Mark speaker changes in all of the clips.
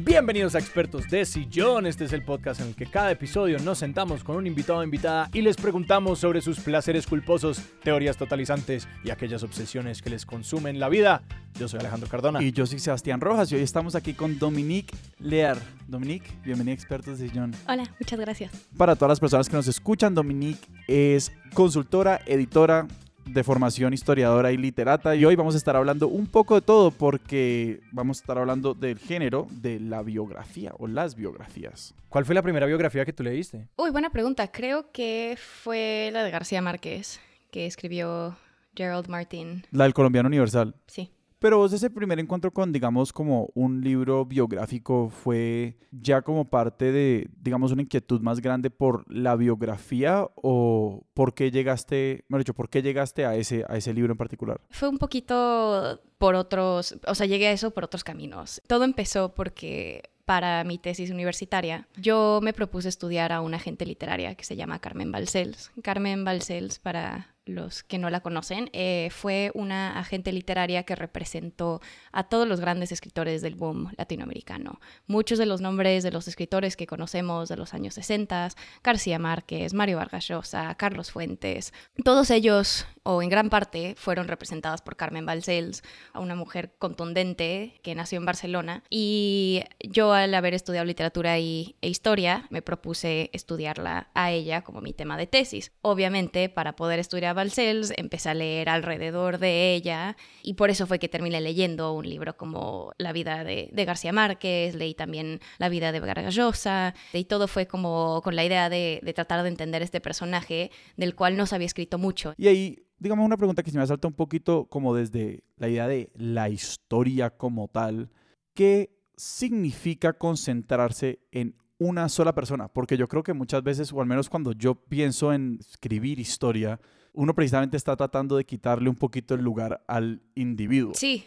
Speaker 1: Bienvenidos a Expertos de Sillón. Este es el podcast en el que cada episodio nos sentamos con un invitado o invitada y les preguntamos sobre sus placeres culposos, teorías totalizantes y aquellas obsesiones que les consumen la vida. Yo soy Alejandro Cardona.
Speaker 2: Y yo soy Sebastián Rojas y hoy estamos aquí con Dominique Lear. Dominique, bienvenida a Expertos de Sillón.
Speaker 3: Hola, muchas gracias.
Speaker 2: Para todas las personas que nos escuchan, Dominique es consultora, editora, de formación historiadora y literata, y hoy vamos a estar hablando un poco de todo porque vamos a estar hablando del género de la biografía o las biografías.
Speaker 1: ¿Cuál fue la primera biografía que tú leíste?
Speaker 3: Uy, buena pregunta. Creo que fue la de García Márquez, que escribió Gerald Martin.
Speaker 2: La del Colombiano Universal.
Speaker 3: Sí.
Speaker 2: Pero vos, ese primer encuentro con, digamos, como un libro biográfico fue ya como parte de, digamos, una inquietud más grande por la biografía, o por qué llegaste, mejor dicho, ¿por qué llegaste a ese libro en particular?
Speaker 3: Fue un poquito por otros, o sea, llegué a eso por otros caminos. Todo empezó porque para mi tesis universitaria yo me propuse estudiar a una agente literaria que se llama Carmen Balcells. Carmen Balcells, para los que no la conocen, fue una agente literaria que representó a todos los grandes escritores del boom latinoamericano. Muchos de los nombres de los escritores que conocemos de los años 60, García Márquez, Mario Vargas Llosa, Carlos Fuentes, todos ellos, o en gran parte, fueron representados por Carmen Balcells, una mujer contundente que nació en Barcelona. Y yo, al haber estudiado literatura e historia, me propuse estudiarla a ella como mi tema de tesis. Obviamente, para poder estudiar a Balcells, empecé a leer alrededor de ella, y por eso fue que terminé leyendo un libro como La vida de García Márquez, leí también La vida de Vargas Llosa, y todo fue como con la idea de tratar de entender este personaje del cual no se había escrito mucho.
Speaker 2: Y ahí, digamos, una pregunta que se me salta un poquito como desde la idea de la historia como tal. ¿Qué significa concentrarse en una sola persona? Porque yo creo que muchas veces, o al menos cuando yo pienso en escribir historia, uno precisamente está tratando de quitarle un poquito el lugar al individuo.
Speaker 3: Sí,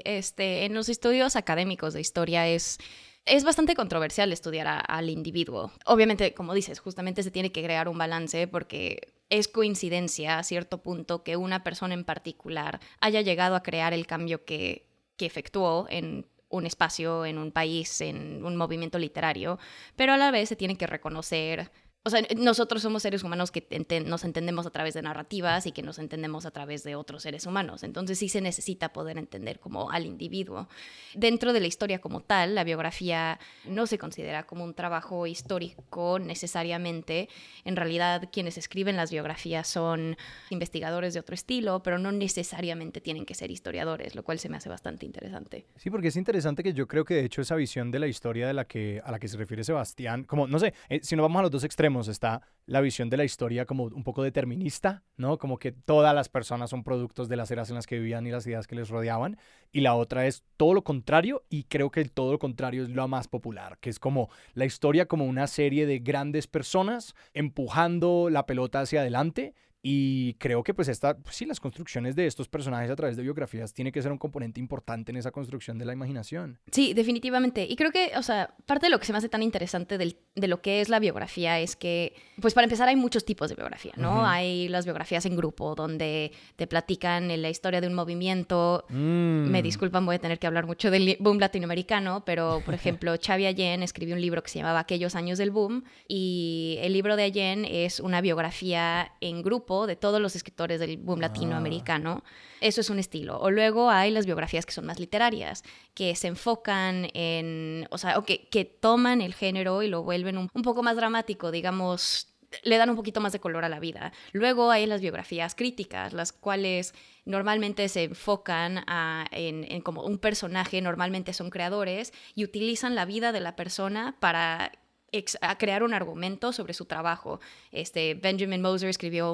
Speaker 3: en los estudios académicos de historia es bastante controversial estudiar al individuo. Obviamente, como dices, justamente se tiene que crear un balance porque es coincidencia a cierto punto que una persona en particular haya llegado a crear el cambio que efectuó en un espacio, en un país, en un movimiento literario, pero a la vez se tiene que reconocer. O sea, nosotros somos seres humanos que nos entendemos a través de narrativas y que nos entendemos a través de otros seres humanos. Entonces sí se necesita poder entender como al individuo. Dentro de la historia como tal, la biografía no se considera como un trabajo histórico necesariamente. En realidad, quienes escriben las biografías son investigadores de otro estilo, pero no necesariamente tienen que ser historiadores, lo cual se me hace bastante interesante.
Speaker 1: Sí, porque es interesante que yo creo que de hecho esa visión de la historia a la que se refiere Sebastián, como, no sé, si nos vamos a los dos extremos, está la visión de la historia como un poco determinista, ¿no? Como que todas las personas son productos de las eras en las que vivían y las ideas que les rodeaban. Y la otra es todo lo contrario, y creo que el todo lo contrario es lo más popular, que es como la historia como una serie de grandes personas empujando la pelota hacia adelante. Y creo que pues sí, las construcciones de estos personajes a través de biografías tiene que ser un componente importante en esa construcción de la imaginación.
Speaker 3: Sí, definitivamente. Y creo que, o sea, parte de lo que se me hace tan interesante de lo que es la biografía es que, pues para empezar, hay muchos tipos de biografía, ¿no? Uh-huh. Hay las biografías en grupo, donde te platican la historia de un movimiento. Me disculpan, voy a tener que hablar mucho del boom latinoamericano, pero, por ejemplo, Xavi Allén escribió un libro que se llamaba Aquellos años del boom, y el libro de Allén es una biografía en grupo de todos los escritores del boom latinoamericano. Eso es un estilo. O luego hay las biografías que son más literarias, que se enfocan en, o sea, que toman el género y lo vuelven un poco más dramático, digamos, le dan un poquito más de color a la vida. Luego hay las biografías críticas, las cuales normalmente se enfocan en como un personaje, normalmente son creadores, y utilizan la vida de la persona para a crear un argumento sobre su trabajo. Benjamin Moser escribió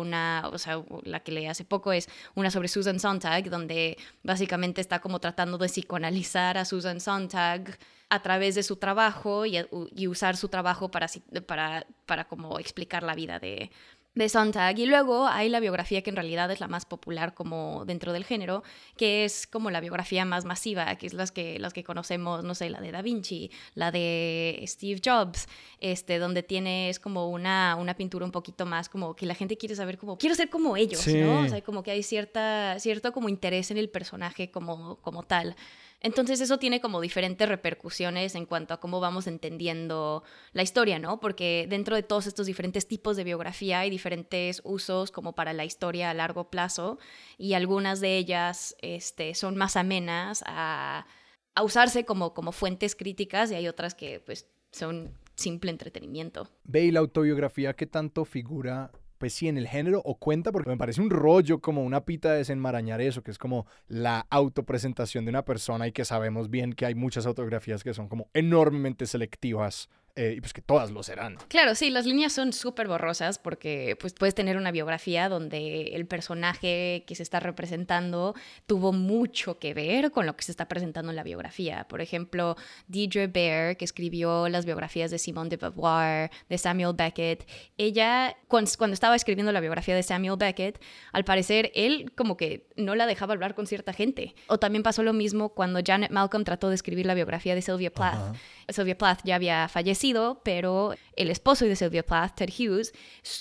Speaker 3: la que leí hace poco es una sobre Susan Sontag, donde básicamente está como tratando de psicoanalizar a Susan Sontag a través de su trabajo y usar su trabajo para como explicar la vida de de Sontag. Y luego hay la biografía que en realidad es la más popular como dentro del género, que es como la biografía más masiva, que es las que conocemos, no sé, la de Da Vinci, la de Steve Jobs, donde tienes como una pintura un poquito más como que la gente quiere saber como, quiero ser como ellos,
Speaker 1: Sí.
Speaker 3: ¿no? O sea, como que hay cierto como interés en el personaje como tal. Entonces eso tiene como diferentes repercusiones en cuanto a cómo vamos entendiendo la historia, ¿no? Porque dentro de todos estos diferentes tipos de biografía hay diferentes usos como para la historia a largo plazo y algunas de ellas son más amenas a usarse como fuentes críticas y hay otras que pues son simple entretenimiento.
Speaker 1: Ve, ¿y la autobiografía qué tanto figura, pues sí, en el género o cuenta? Porque me parece un rollo, como una pita de desenmarañar eso, que es como la autopresentación de una persona y que sabemos bien que hay muchas autobiografías que son como enormemente selectivas y pues que todas lo serán.
Speaker 3: Claro, sí, las líneas son súper borrosas porque pues, puedes tener una biografía donde el personaje que se está representando tuvo mucho que ver con lo que se está presentando en la biografía. Por ejemplo, Deirdre Bair, que escribió las biografías de Simone de Beauvoir, de Samuel Beckett, ella, cuando estaba escribiendo la biografía de Samuel Beckett, al parecer él como que no la dejaba hablar con cierta gente. O también pasó lo mismo cuando Janet Malcolm trató de escribir la biografía de Sylvia Plath.
Speaker 1: Ajá.
Speaker 3: Sylvia Plath ya había fallecido, pero el esposo de Sylvia Plath, Ted Hughes,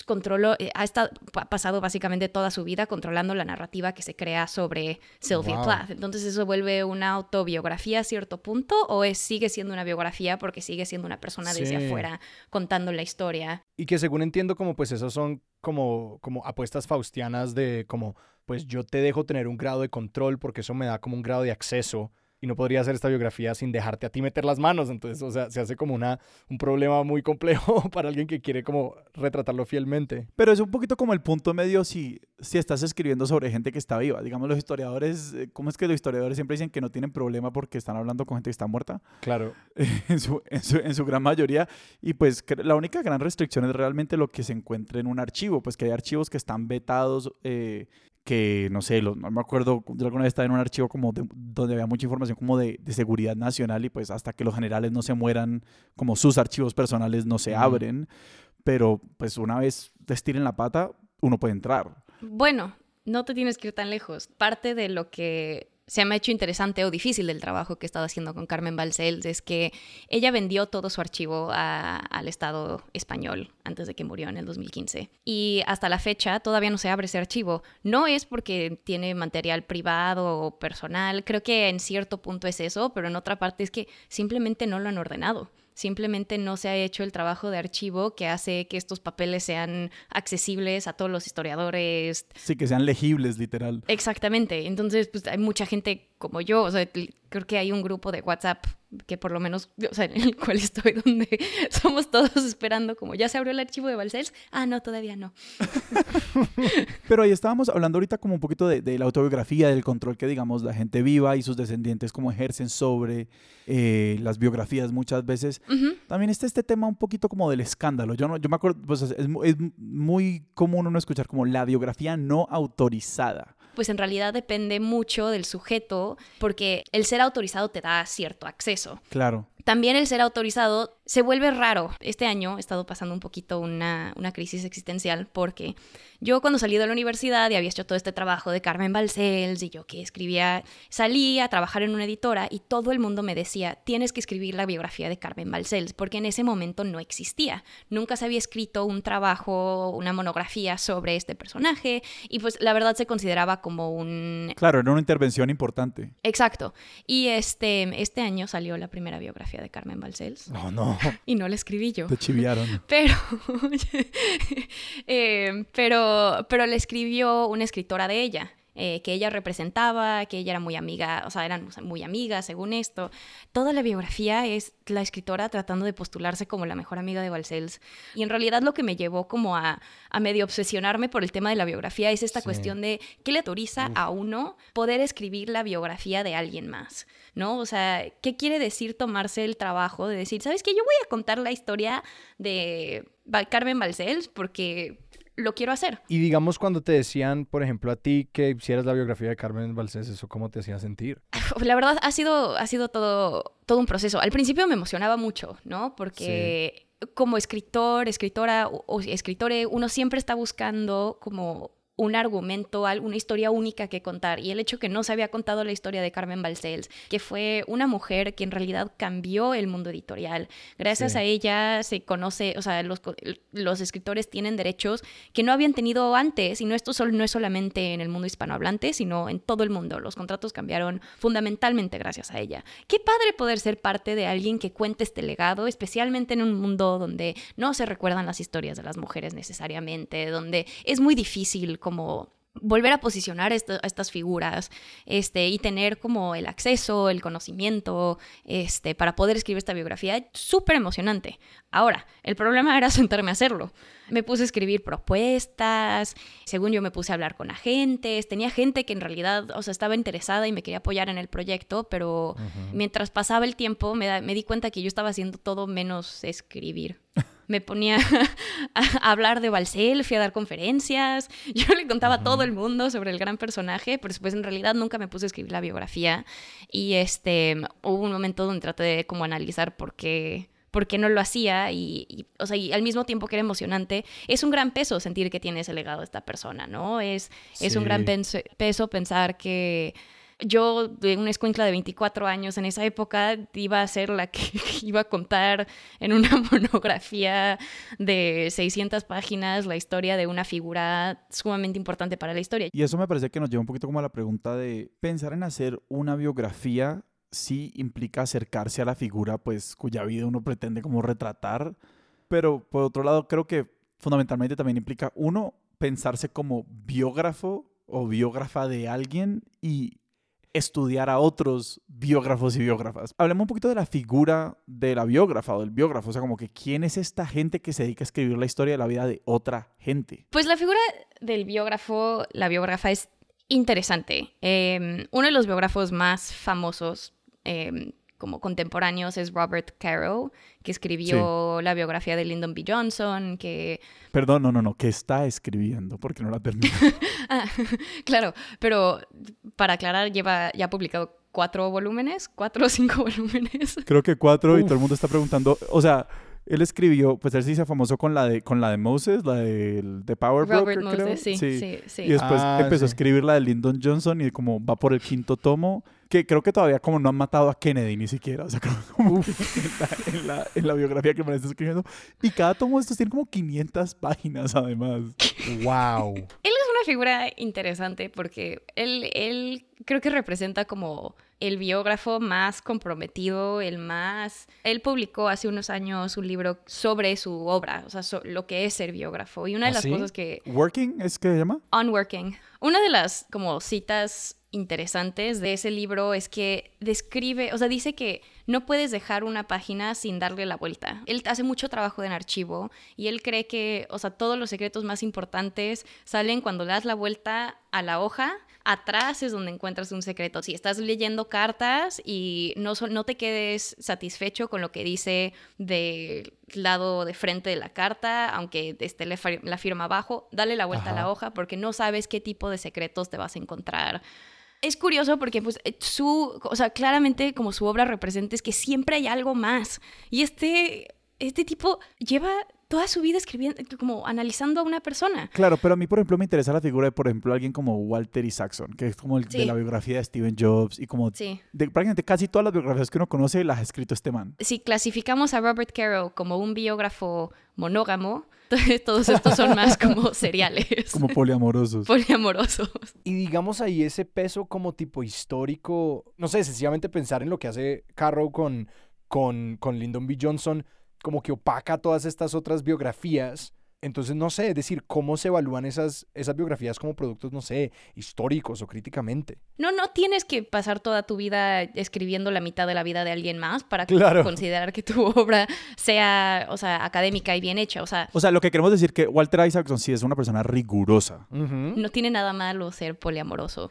Speaker 3: ha pasado básicamente toda su vida controlando la narrativa que se crea sobre Sylvia
Speaker 1: Wow.
Speaker 3: Plath. Entonces, ¿eso vuelve una autobiografía a cierto punto o sigue siendo una biografía porque sigue siendo una persona desde
Speaker 1: Sí.
Speaker 3: afuera contando la historia?
Speaker 1: Y que según entiendo, como pues esas son como apuestas faustianas de como, pues yo te dejo tener un grado de control porque eso me da como un grado de acceso y no podría hacer esta biografía sin dejarte a ti meter las manos. Entonces, o sea, se hace como un problema muy complejo para alguien que quiere como retratarlo fielmente.
Speaker 2: Pero es un poquito como el punto medio si estás escribiendo sobre gente que está viva. Digamos, los historiadores, ¿cómo es que los historiadores siempre dicen que no tienen problema porque están hablando con gente que está muerta?
Speaker 1: Claro.
Speaker 2: en su gran mayoría. Y pues la única gran restricción es realmente lo que se encuentre en un archivo. Pues que hay archivos que están vetados, que no sé, no me acuerdo, yo alguna vez estaba en un archivo como donde había mucha información como de seguridad nacional y pues hasta que los generales no se mueran, como sus archivos personales no se abren, pero pues una vez te estiren la pata, uno puede entrar.
Speaker 3: Bueno, no te tienes que ir tan lejos. Parte de lo que se me ha hecho interesante o difícil del trabajo que he estado haciendo con Carmen Balcells es que ella vendió todo su archivo al Estado español antes de que murió en el 2015. Y hasta la fecha todavía no se abre ese archivo. No es porque tiene material privado o personal, creo que en cierto punto es eso, pero en otra parte es que simplemente no lo han ordenado. Simplemente no se ha hecho el trabajo de archivo que hace que estos papeles sean accesibles a todos los historiadores.
Speaker 2: Sí, que sean legibles, literal.
Speaker 3: Exactamente. Entonces, pues hay mucha gente como yo. O sea, creo que hay un grupo de WhatsApp que por lo menos, o sea, en el cual estoy, donde somos todos esperando como, ¿ya se abrió el archivo de Balcells? Ah, no, todavía no.
Speaker 2: Pero ahí estábamos hablando ahorita como un poquito de la autobiografía, del control que, digamos, la gente viva y sus descendientes como ejercen sobre las biografías muchas veces.
Speaker 3: Uh-huh.
Speaker 2: También está este tema un poquito como del escándalo. Yo me acuerdo, pues es muy común uno escuchar como la biografía no autorizada.
Speaker 3: Pues en realidad depende mucho del sujeto, porque el ser autorizado te da cierto acceso.
Speaker 2: Claro.
Speaker 3: También el ser autorizado se vuelve raro. Este año he estado pasando un poquito una crisis existencial porque yo cuando salí de la universidad y había hecho todo este trabajo de Carmen Balcells y yo que escribía, salí a trabajar en una editora y todo el mundo me decía, tienes que escribir la biografía de Carmen Balcells, porque en ese momento no existía. Nunca se había escrito un trabajo, una monografía sobre este personaje y pues la verdad se consideraba como un...
Speaker 2: Claro, era una intervención importante.
Speaker 3: Exacto. Y este año salió la primera biografía de Carmen Balcells.
Speaker 1: No.
Speaker 3: Y no la escribí yo.
Speaker 2: Te chiviaron.
Speaker 3: Pero la escribió una escritora de ella, que ella representaba, que ella era muy amiga, o sea, eran muy amigas según esto. Toda la biografía es la escritora tratando de postularse como la mejor amiga de Balcells. Y en realidad lo que me llevó como a medio obsesionarme por el tema de la biografía es esta cuestión de qué le autoriza a uno poder escribir la biografía de alguien más, ¿no? O sea, ¿qué quiere decir tomarse el trabajo de decir, ¿sabes qué? Yo voy a contar la historia de Carmen Balcells porque lo quiero hacer.
Speaker 1: Y digamos cuando te decían, por ejemplo, a ti que hicieras la biografía de Carmen Balcells, ¿eso cómo te hacía sentir?
Speaker 3: La verdad ha sido todo un proceso. Al principio me emocionaba mucho, ¿no? Porque como escritor, escritora o escritore, uno siempre está buscando como un argumento, una historia única que contar. Y el hecho que no se había contado la historia de Carmen Balcells, que fue una mujer que en realidad cambió el mundo editorial. Gracias a ella se conoce, o sea, los escritores tienen derechos que no habían tenido antes. Y no, esto no es solamente en el mundo hispanohablante, sino en todo el mundo. Los contratos cambiaron fundamentalmente gracias a ella. Qué padre poder ser parte de alguien que cuente este legado, especialmente en un mundo donde no se recuerdan las historias de las mujeres necesariamente, donde es muy difícil como volver a posicionar a estas figuras y tener como el acceso, el conocimiento para poder escribir esta biografía. Súper emocionante. Ahora, el problema era sentarme a hacerlo. Me puse a escribir propuestas, según yo me puse a hablar con agentes, tenía gente que en realidad, o sea, estaba interesada y me quería apoyar en el proyecto, pero mientras pasaba el tiempo me di cuenta que yo estaba haciendo todo menos escribir. Me ponía a hablar de Balcells, fui a dar conferencias, yo le contaba a todo el mundo sobre el gran personaje, pero después en realidad nunca me puse a escribir la biografía y hubo un momento donde traté de como analizar por qué no lo hacía o sea, y al mismo tiempo que era emocionante, es un gran peso sentir que tiene ese legado de esta persona, ¿no? Es un gran peso pensar que yo, de una escuincla de 24 años en esa época, iba a ser la que iba a contar en una monografía de 600 páginas la historia de una figura sumamente importante para la historia.
Speaker 2: Y eso me parece que nos lleva un poquito como a la pregunta de pensar en hacer una biografía sí implica acercarse a la figura pues cuya vida uno pretende como retratar, pero por otro lado creo que fundamentalmente también implica uno pensarse como biógrafo o biógrafa de alguien y estudiar a otros biógrafos y biógrafas. Hablemos un poquito de la figura de la biógrafa o del biógrafo, o sea, como que ¿quién es esta gente que se dedica a escribir la historia de la vida de otra gente?
Speaker 3: Pues la figura del biógrafo, la biógrafa es interesante. Uno de los biógrafos más famosos como contemporáneos es Robert Caro, que escribió la biografía de Lyndon B. Johnson, que...
Speaker 2: Perdón, no, que está escribiendo, porque no la terminó.
Speaker 3: Claro, pero para aclarar, ya ha publicado 4 o 5 volúmenes.
Speaker 2: Creo que 4 y todo el mundo está preguntando, o sea... Él escribió, pues él se hizo famoso con la de Moses, la de Power
Speaker 3: Robert
Speaker 2: Broker,
Speaker 3: Moses,
Speaker 2: creo.
Speaker 3: Sí.
Speaker 2: Y después empezó a escribir la de Lyndon Johnson y como va por el 5º tomo, que creo que todavía como no han matado a Kennedy ni siquiera, o sea, como en la biografía que me está escribiendo. Y cada tomo de estos tiene como 500 páginas además.
Speaker 1: ¡Wow!
Speaker 3: Él es una figura interesante porque él creo que representa como el biógrafo más comprometido, Él publicó hace unos años un libro sobre su obra, o sea, lo que es ser biógrafo. Y una de las cosas que...
Speaker 2: ¿Working es que se llama?
Speaker 3: Unworking. Una de las como citas interesantes de ese libro es que describe, o sea, dice que no puedes dejar una página sin darle la vuelta. Él hace mucho trabajo en archivo y él cree que, o sea, todos los secretos más importantes salen cuando le das la vuelta a la hoja. Atrás es donde encuentras un secreto. Si estás leyendo cartas y no te quedes satisfecho con lo que dice del lado de frente de la carta, aunque esté la firma abajo, dale la vuelta a la hoja porque no sabes qué tipo de secretos te vas a encontrar. Es curioso porque pues o sea, claramente como su obra representa es que siempre hay algo más. Y este tipo lleva toda su vida escribiendo, como analizando a una persona.
Speaker 2: Claro, pero a mí, por ejemplo, me interesa la figura de, por ejemplo, alguien como Walter Isaacson, que es como de la biografía de Steve Jobs y como de prácticamente casi todas las biografías que uno conoce las ha escrito este man.
Speaker 3: Si clasificamos a Robert Caro como un biógrafo monógamo, todos estos son más como seriales.
Speaker 2: Como poliamorosos.
Speaker 3: Poliamorosos.
Speaker 1: Y digamos ahí ese peso como tipo histórico, no sé, sencillamente pensar en lo que hace Caro con Lyndon B. Johnson, como que opaca todas estas otras biografías. Entonces, no sé, es decir, ¿cómo se evalúan esas biografías como productos, no sé, históricos o críticamente?
Speaker 3: No tienes que pasar toda tu vida escribiendo la mitad de la vida de alguien más para considerar que tu obra sea, o sea, académica y bien hecha. O sea,
Speaker 2: lo que queremos decir que Walter Isaacson sí es una persona rigurosa.
Speaker 3: No tiene nada malo ser poliamoroso.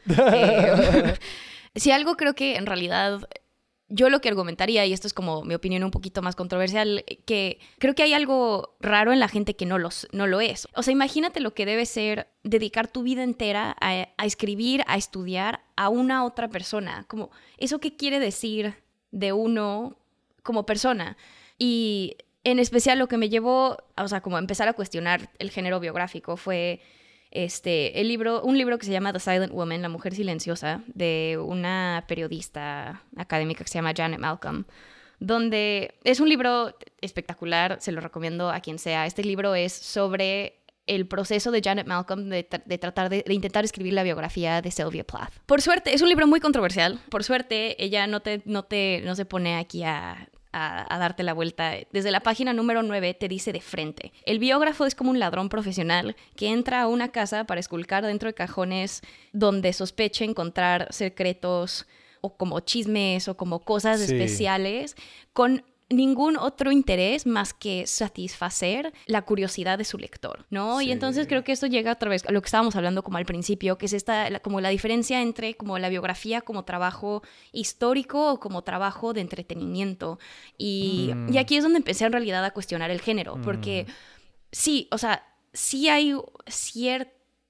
Speaker 3: Si algo creo que en realidad... Yo lo que argumentaría, y esto es como mi opinión un poquito más controversial, que creo que hay algo raro en la gente que no lo es. O sea, imagínate lo que debe ser dedicar tu vida entera a escribir, a estudiar a una otra persona. Como, ¿eso qué quiere decir de uno como persona? Y en especial lo que me llevó, o sea, como a empezar a cuestionar el género biográfico fue un libro que se llama The Silent Woman, La Mujer Silenciosa, de una periodista académica que se llama Janet Malcolm, donde es un libro espectacular, se lo recomiendo a quien sea. Este libro es sobre el proceso de Janet Malcolm de tratar de intentar escribir la biografía de Sylvia Plath. Por suerte, es un libro muy controversial. Por suerte, ella no se pone aquí a darte la vuelta. Desde la página número 9 te dice de frente: el biógrafo es como un ladrón profesional que entra a una casa para esculcar dentro de cajones donde sospeche encontrar secretos o como chismes o como cosas especiales con ningún otro interés más que satisfacer la curiosidad de su lector, ¿no? Sí. Y entonces creo que esto llega otra vez a lo que estábamos hablando como al principio, que es como la diferencia entre como la biografía como trabajo histórico o como trabajo de entretenimiento. Y aquí es donde empecé en realidad a cuestionar el género, porque sí, o sea, sí hay cierta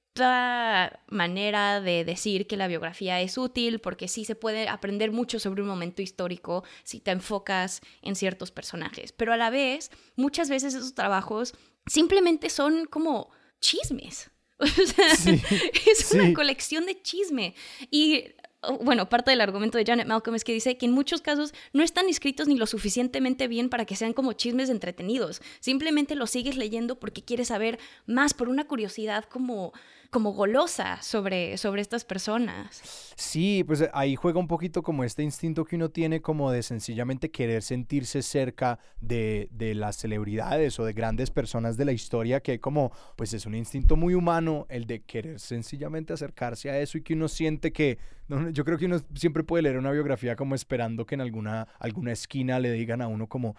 Speaker 3: manera de decir que la biografía es útil, porque sí se puede aprender mucho sobre un momento histórico si te enfocas en ciertos personajes, pero a la vez muchas veces esos trabajos simplemente son como chismes. O sea, sí, es una colección de chisme. Y bueno, parte del argumento de Janet Malcolm es que dice que en muchos casos no están escritos ni lo suficientemente bien para que sean como chismes entretenidos. Simplemente los sigues leyendo porque quieres saber más, por una curiosidad como golosa sobre estas personas.
Speaker 1: Sí, pues ahí juega un poquito como este instinto que uno tiene como de sencillamente querer sentirse cerca de las celebridades o de grandes personas de la historia, que como pues es un instinto muy humano el de querer sencillamente acercarse a eso, y que uno siente que, yo creo que uno siempre puede leer una biografía como esperando que en alguna esquina le digan a uno como,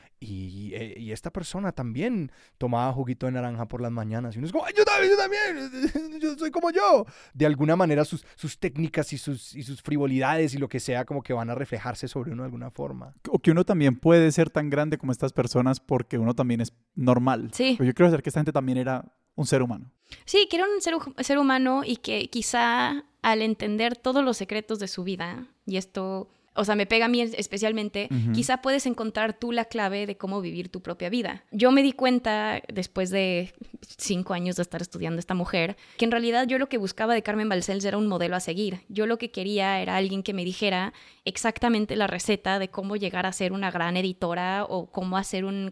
Speaker 1: y esta persona también tomaba juguito de naranja por las mañanas, y uno es como, yo también, yo soy como yo. De alguna manera sus técnicas y sus frivolidades y lo que sea como que van a reflejarse sobre uno de alguna forma.
Speaker 2: O que uno también puede ser tan grande como estas personas porque uno también es normal.
Speaker 3: Sí.
Speaker 2: Pero yo quiero saber que esta gente también era un ser humano.
Speaker 3: Sí, que era un ser humano, y que quizá al entender todos los secretos de su vida, y esto, o sea, me pega a mí especialmente, quizá puedes encontrar tú la clave de cómo vivir tu propia vida. Yo me di cuenta, después de 5 años de estar estudiando a esta mujer, que en realidad yo lo que buscaba de Carmen Balcells era un modelo a seguir. Yo lo que quería era alguien que me dijera exactamente la receta de cómo llegar a ser una gran editora, o cómo hacer un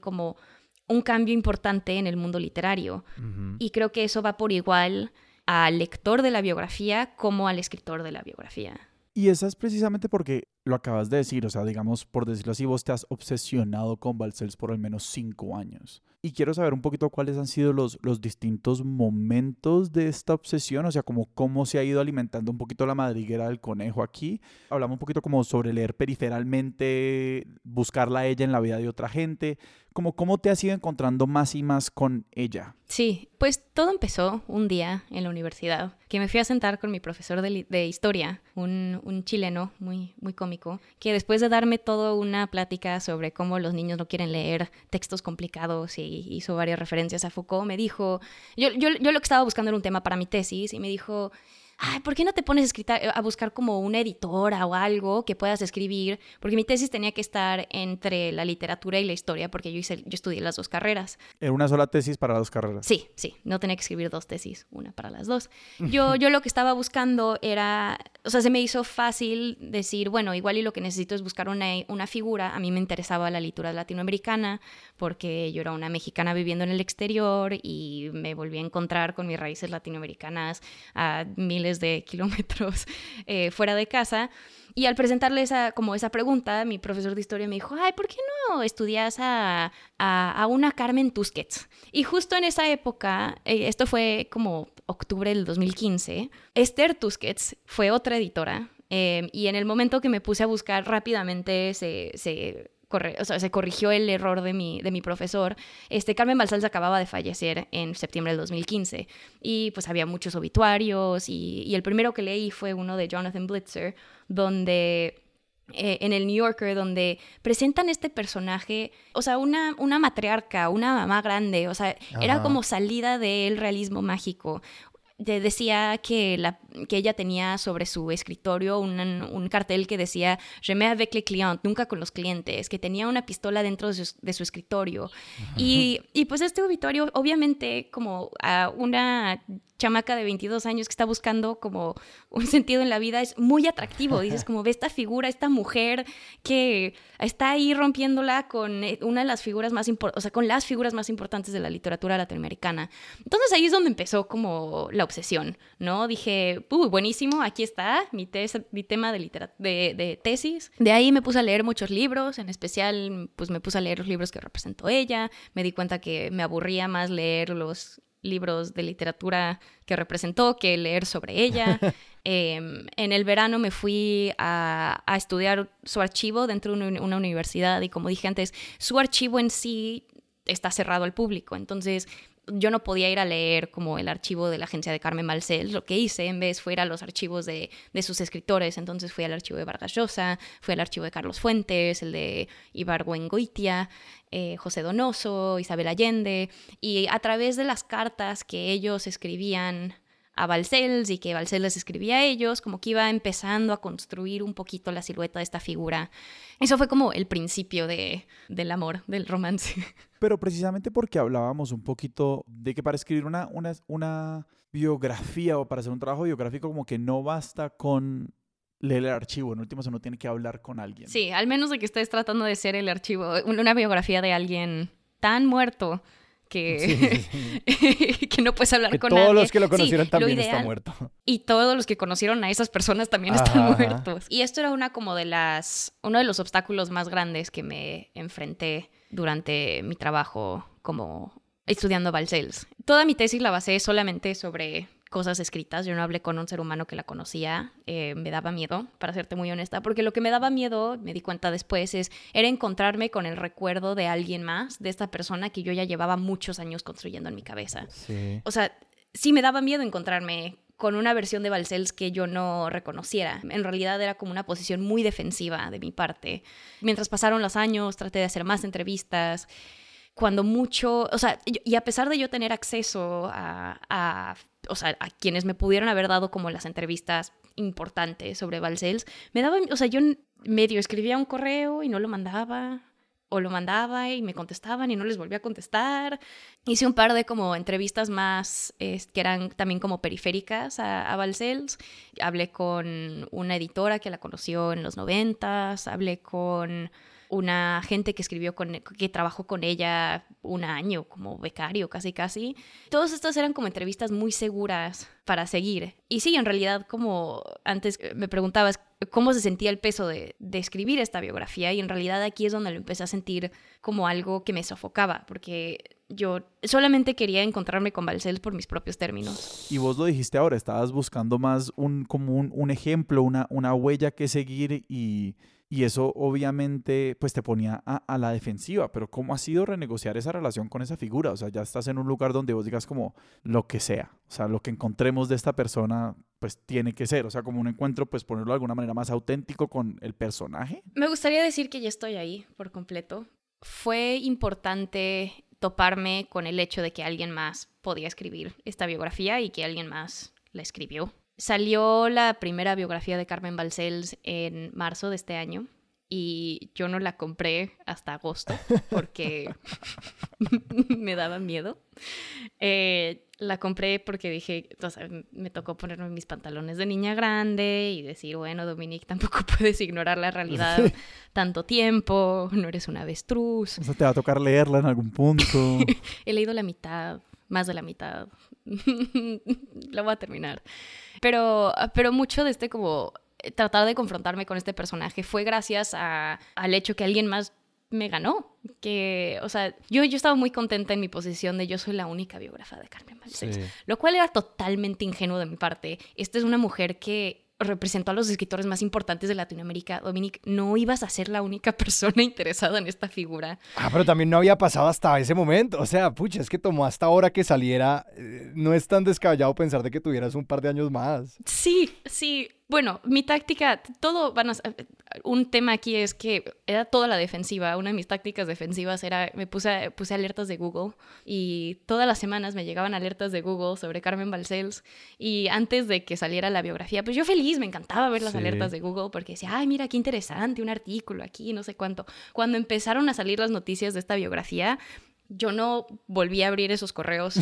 Speaker 3: cambio importante en el mundo literario. Y creo que eso va por igual al lector de la biografía como al escritor de la biografía.
Speaker 2: Y esa es precisamente porque lo acabas de decir, o sea, digamos, por decirlo así, vos te has obsesionado con Balcells por al menos 5 años. Y quiero saber un poquito cuáles han sido los distintos momentos de esta obsesión, o sea, como cómo se ha ido alimentando un poquito la madriguera del conejo aquí. Hablamos un poquito como sobre leer periferalmente, buscarla a ella en la vida de otra gente, como cómo te has ido encontrando más y más con ella.
Speaker 3: Sí, pues todo empezó un día en la universidad, que me fui a sentar con mi profesor de historia, un chileno muy, muy cómico, que después de darme toda una plática sobre cómo los niños no quieren leer textos complicados y hizo varias referencias a Foucault, me dijo, yo lo que estaba buscando era un tema para mi tesis, y me dijo, ay, ¿por qué no te pones a buscar como una editora o algo que puedas escribir? Porque mi tesis tenía que estar entre la literatura y la historia, porque yo estudié las 2 carreras.
Speaker 2: ¿Era una sola tesis para las 2 carreras?
Speaker 3: Sí, no tenía que escribir 2 tesis, una para las 2. Yo lo que estaba buscando era, o sea, se me hizo fácil decir, bueno, igual y lo que necesito es buscar una figura. A mí me interesaba la literatura latinoamericana, porque yo era una mexicana viviendo en el exterior y me volví a encontrar con mis raíces latinoamericanas a miles de kilómetros fuera de casa. Y al presentarle esa pregunta, mi profesor de historia me dijo, ay, ¿por qué no estudias a una Carmen Tusquets? Y justo en esa época, esto fue como octubre del 2015, Esther Tusquets fue otra editora, y en el momento que me puse a buscar rápidamente se corrigió el error de mi profesor. Carmen Balcells acababa de fallecer en septiembre del 2015, y pues había muchos obituarios, y el primero que leí fue uno de Jonathan Blitzer, donde en el New Yorker, donde presentan este personaje, o sea, una matriarca, una mamá grande, o sea, era como salida del realismo mágico. decía que ella tenía sobre su escritorio un cartel que decía «Jamais avec les clients», nunca con los clientes, que tenía una pistola dentro de su escritorio. Y pues este obituario, obviamente, como a una chamaca de 22 años que está buscando como un sentido en la vida, es muy atractivo. Dices, como ve esta figura, esta mujer que está ahí rompiéndola con una de las figuras más con las figuras más importantes de la literatura latinoamericana. Entonces ahí es donde empezó como la obsesión, ¿no? Dije, buenísimo, aquí está mi tema de tesis. De ahí me puse a leer muchos libros, en especial pues me puse a leer los libros que representó ella. Me di cuenta que me aburría más leer los libros de literatura que representó que leer sobre ella. En el verano me fui a estudiar su archivo dentro de una universidad y, como dije antes, su archivo en sí está cerrado al público. Entonces yo no podía ir a leer como el archivo de la agencia de Carmen Balcells. Lo que hice en vez fue ir a los archivos de sus escritores. Entonces fui al archivo de Vargas Llosa, fui al archivo de Carlos Fuentes, el de Ibargüengoitia, José Donoso, Isabel Allende, y a través de las cartas que ellos escribían a Balcells y que Balcells les escribía a ellos, como que iba empezando a construir un poquito la silueta de esta figura. Eso fue como el principio del amor, del romance.
Speaker 2: Pero precisamente porque hablábamos un poquito de que para escribir una biografía o para hacer un trabajo biográfico como que no basta con leer el archivo, en últimas uno tiene que hablar con alguien.
Speaker 3: Sí, al menos de que estés tratando de ser el archivo, una biografía de alguien tan muerto que, sí. Que no puedes hablar
Speaker 1: que
Speaker 3: con
Speaker 1: todos
Speaker 3: nadie.
Speaker 1: Los que lo conocieron también
Speaker 3: ideal,
Speaker 1: está muerto.
Speaker 3: Y todos los que conocieron a esas personas también están muertos. Y esto era uno de los obstáculos más grandes que me enfrenté durante mi trabajo como estudiando Balcells. Toda mi tesis la basé solamente sobre cosas escritas. Yo no hablé con un ser humano que la conocía. Me daba miedo, para serte muy honesta, porque lo que me daba miedo, me di cuenta después, era encontrarme con el recuerdo de alguien más, de esta persona que yo ya llevaba muchos años construyendo en mi cabeza.
Speaker 1: Sí.
Speaker 3: O sea, sí me daba miedo encontrarme con una versión de Balcells que yo no reconociera. En realidad era como una posición muy defensiva de mi parte. Mientras pasaron los años, traté de hacer más entrevistas. Y a pesar de yo tener acceso a quienes me pudieron haber dado como las entrevistas importantes sobre Balcells, yo medio escribía un correo y no lo mandaba, o lo mandaba y me contestaban y no les volvía a contestar. Hice un par de como entrevistas más que eran también como periféricas a Balcells. Hablé con una editora que la conoció en los 90s, hablé con una gente que trabajó con ella un año como becario, casi. Todas estas eran como entrevistas muy seguras para seguir. Y sí, en realidad, como antes me preguntabas cómo se sentía el peso de escribir esta biografía, y en realidad aquí es donde lo empecé a sentir como algo que me sofocaba, porque yo solamente quería encontrarme con Balcells por mis propios términos.
Speaker 2: Y vos lo dijiste ahora, estabas buscando más un ejemplo, una huella que seguir, y eso obviamente pues te ponía a la defensiva. Pero ¿cómo ha sido renegociar esa relación con esa figura? O sea, ya estás en un lugar donde vos digas como lo que sea. O sea, lo que encontremos de esta persona pues tiene que ser. O sea, como un encuentro, pues ponerlo de alguna manera más auténtico con el personaje.
Speaker 3: Me gustaría decir que ya estoy ahí por completo. Fue importante toparme con el hecho de que alguien más podía escribir esta biografía y que alguien más la escribió. Salió la primera biografía de Carmen Balcells en marzo de este año y yo no la compré hasta agosto porque me daba miedo. La compré porque dije, o sea, me tocó ponerme mis pantalones de niña grande y decir, bueno, Dominique, tampoco puedes ignorar la realidad tanto tiempo, no eres un avestruz.
Speaker 2: O sea, te va a tocar leerla en algún punto.
Speaker 3: He leído la mitad, más de la mitad. La voy a terminar. Pero mucho de como tratar de confrontarme con este personaje fue gracias al hecho que alguien más me ganó. Que, o sea, yo estaba muy contenta en mi posición de yo soy la única biógrafa de Carmen Balcells. Sí. Lo cual era totalmente ingenuo de mi parte. Esta es una mujer que representó a los escritores más importantes de Latinoamérica. Dominique, no ibas a ser la única persona interesada en esta figura.
Speaker 1: Pero también no había pasado hasta ese momento. O sea, pucha, es que tomó hasta ahora que saliera. No es tan descabellado pensar de que tuvieras un par de años más.
Speaker 3: Sí. Bueno, mi táctica, un tema aquí es que era toda la defensiva. Una de mis tácticas defensivas era, puse alertas de Google y todas las semanas me llegaban alertas de Google sobre Carmen Balcells, y antes de que saliera la biografía, pues yo feliz, me encantaba ver las alertas de Google porque decía, ay, mira, qué interesante, un artículo aquí, no sé cuánto. Cuando empezaron a salir las noticias de esta biografía, yo no volví a abrir esos correos.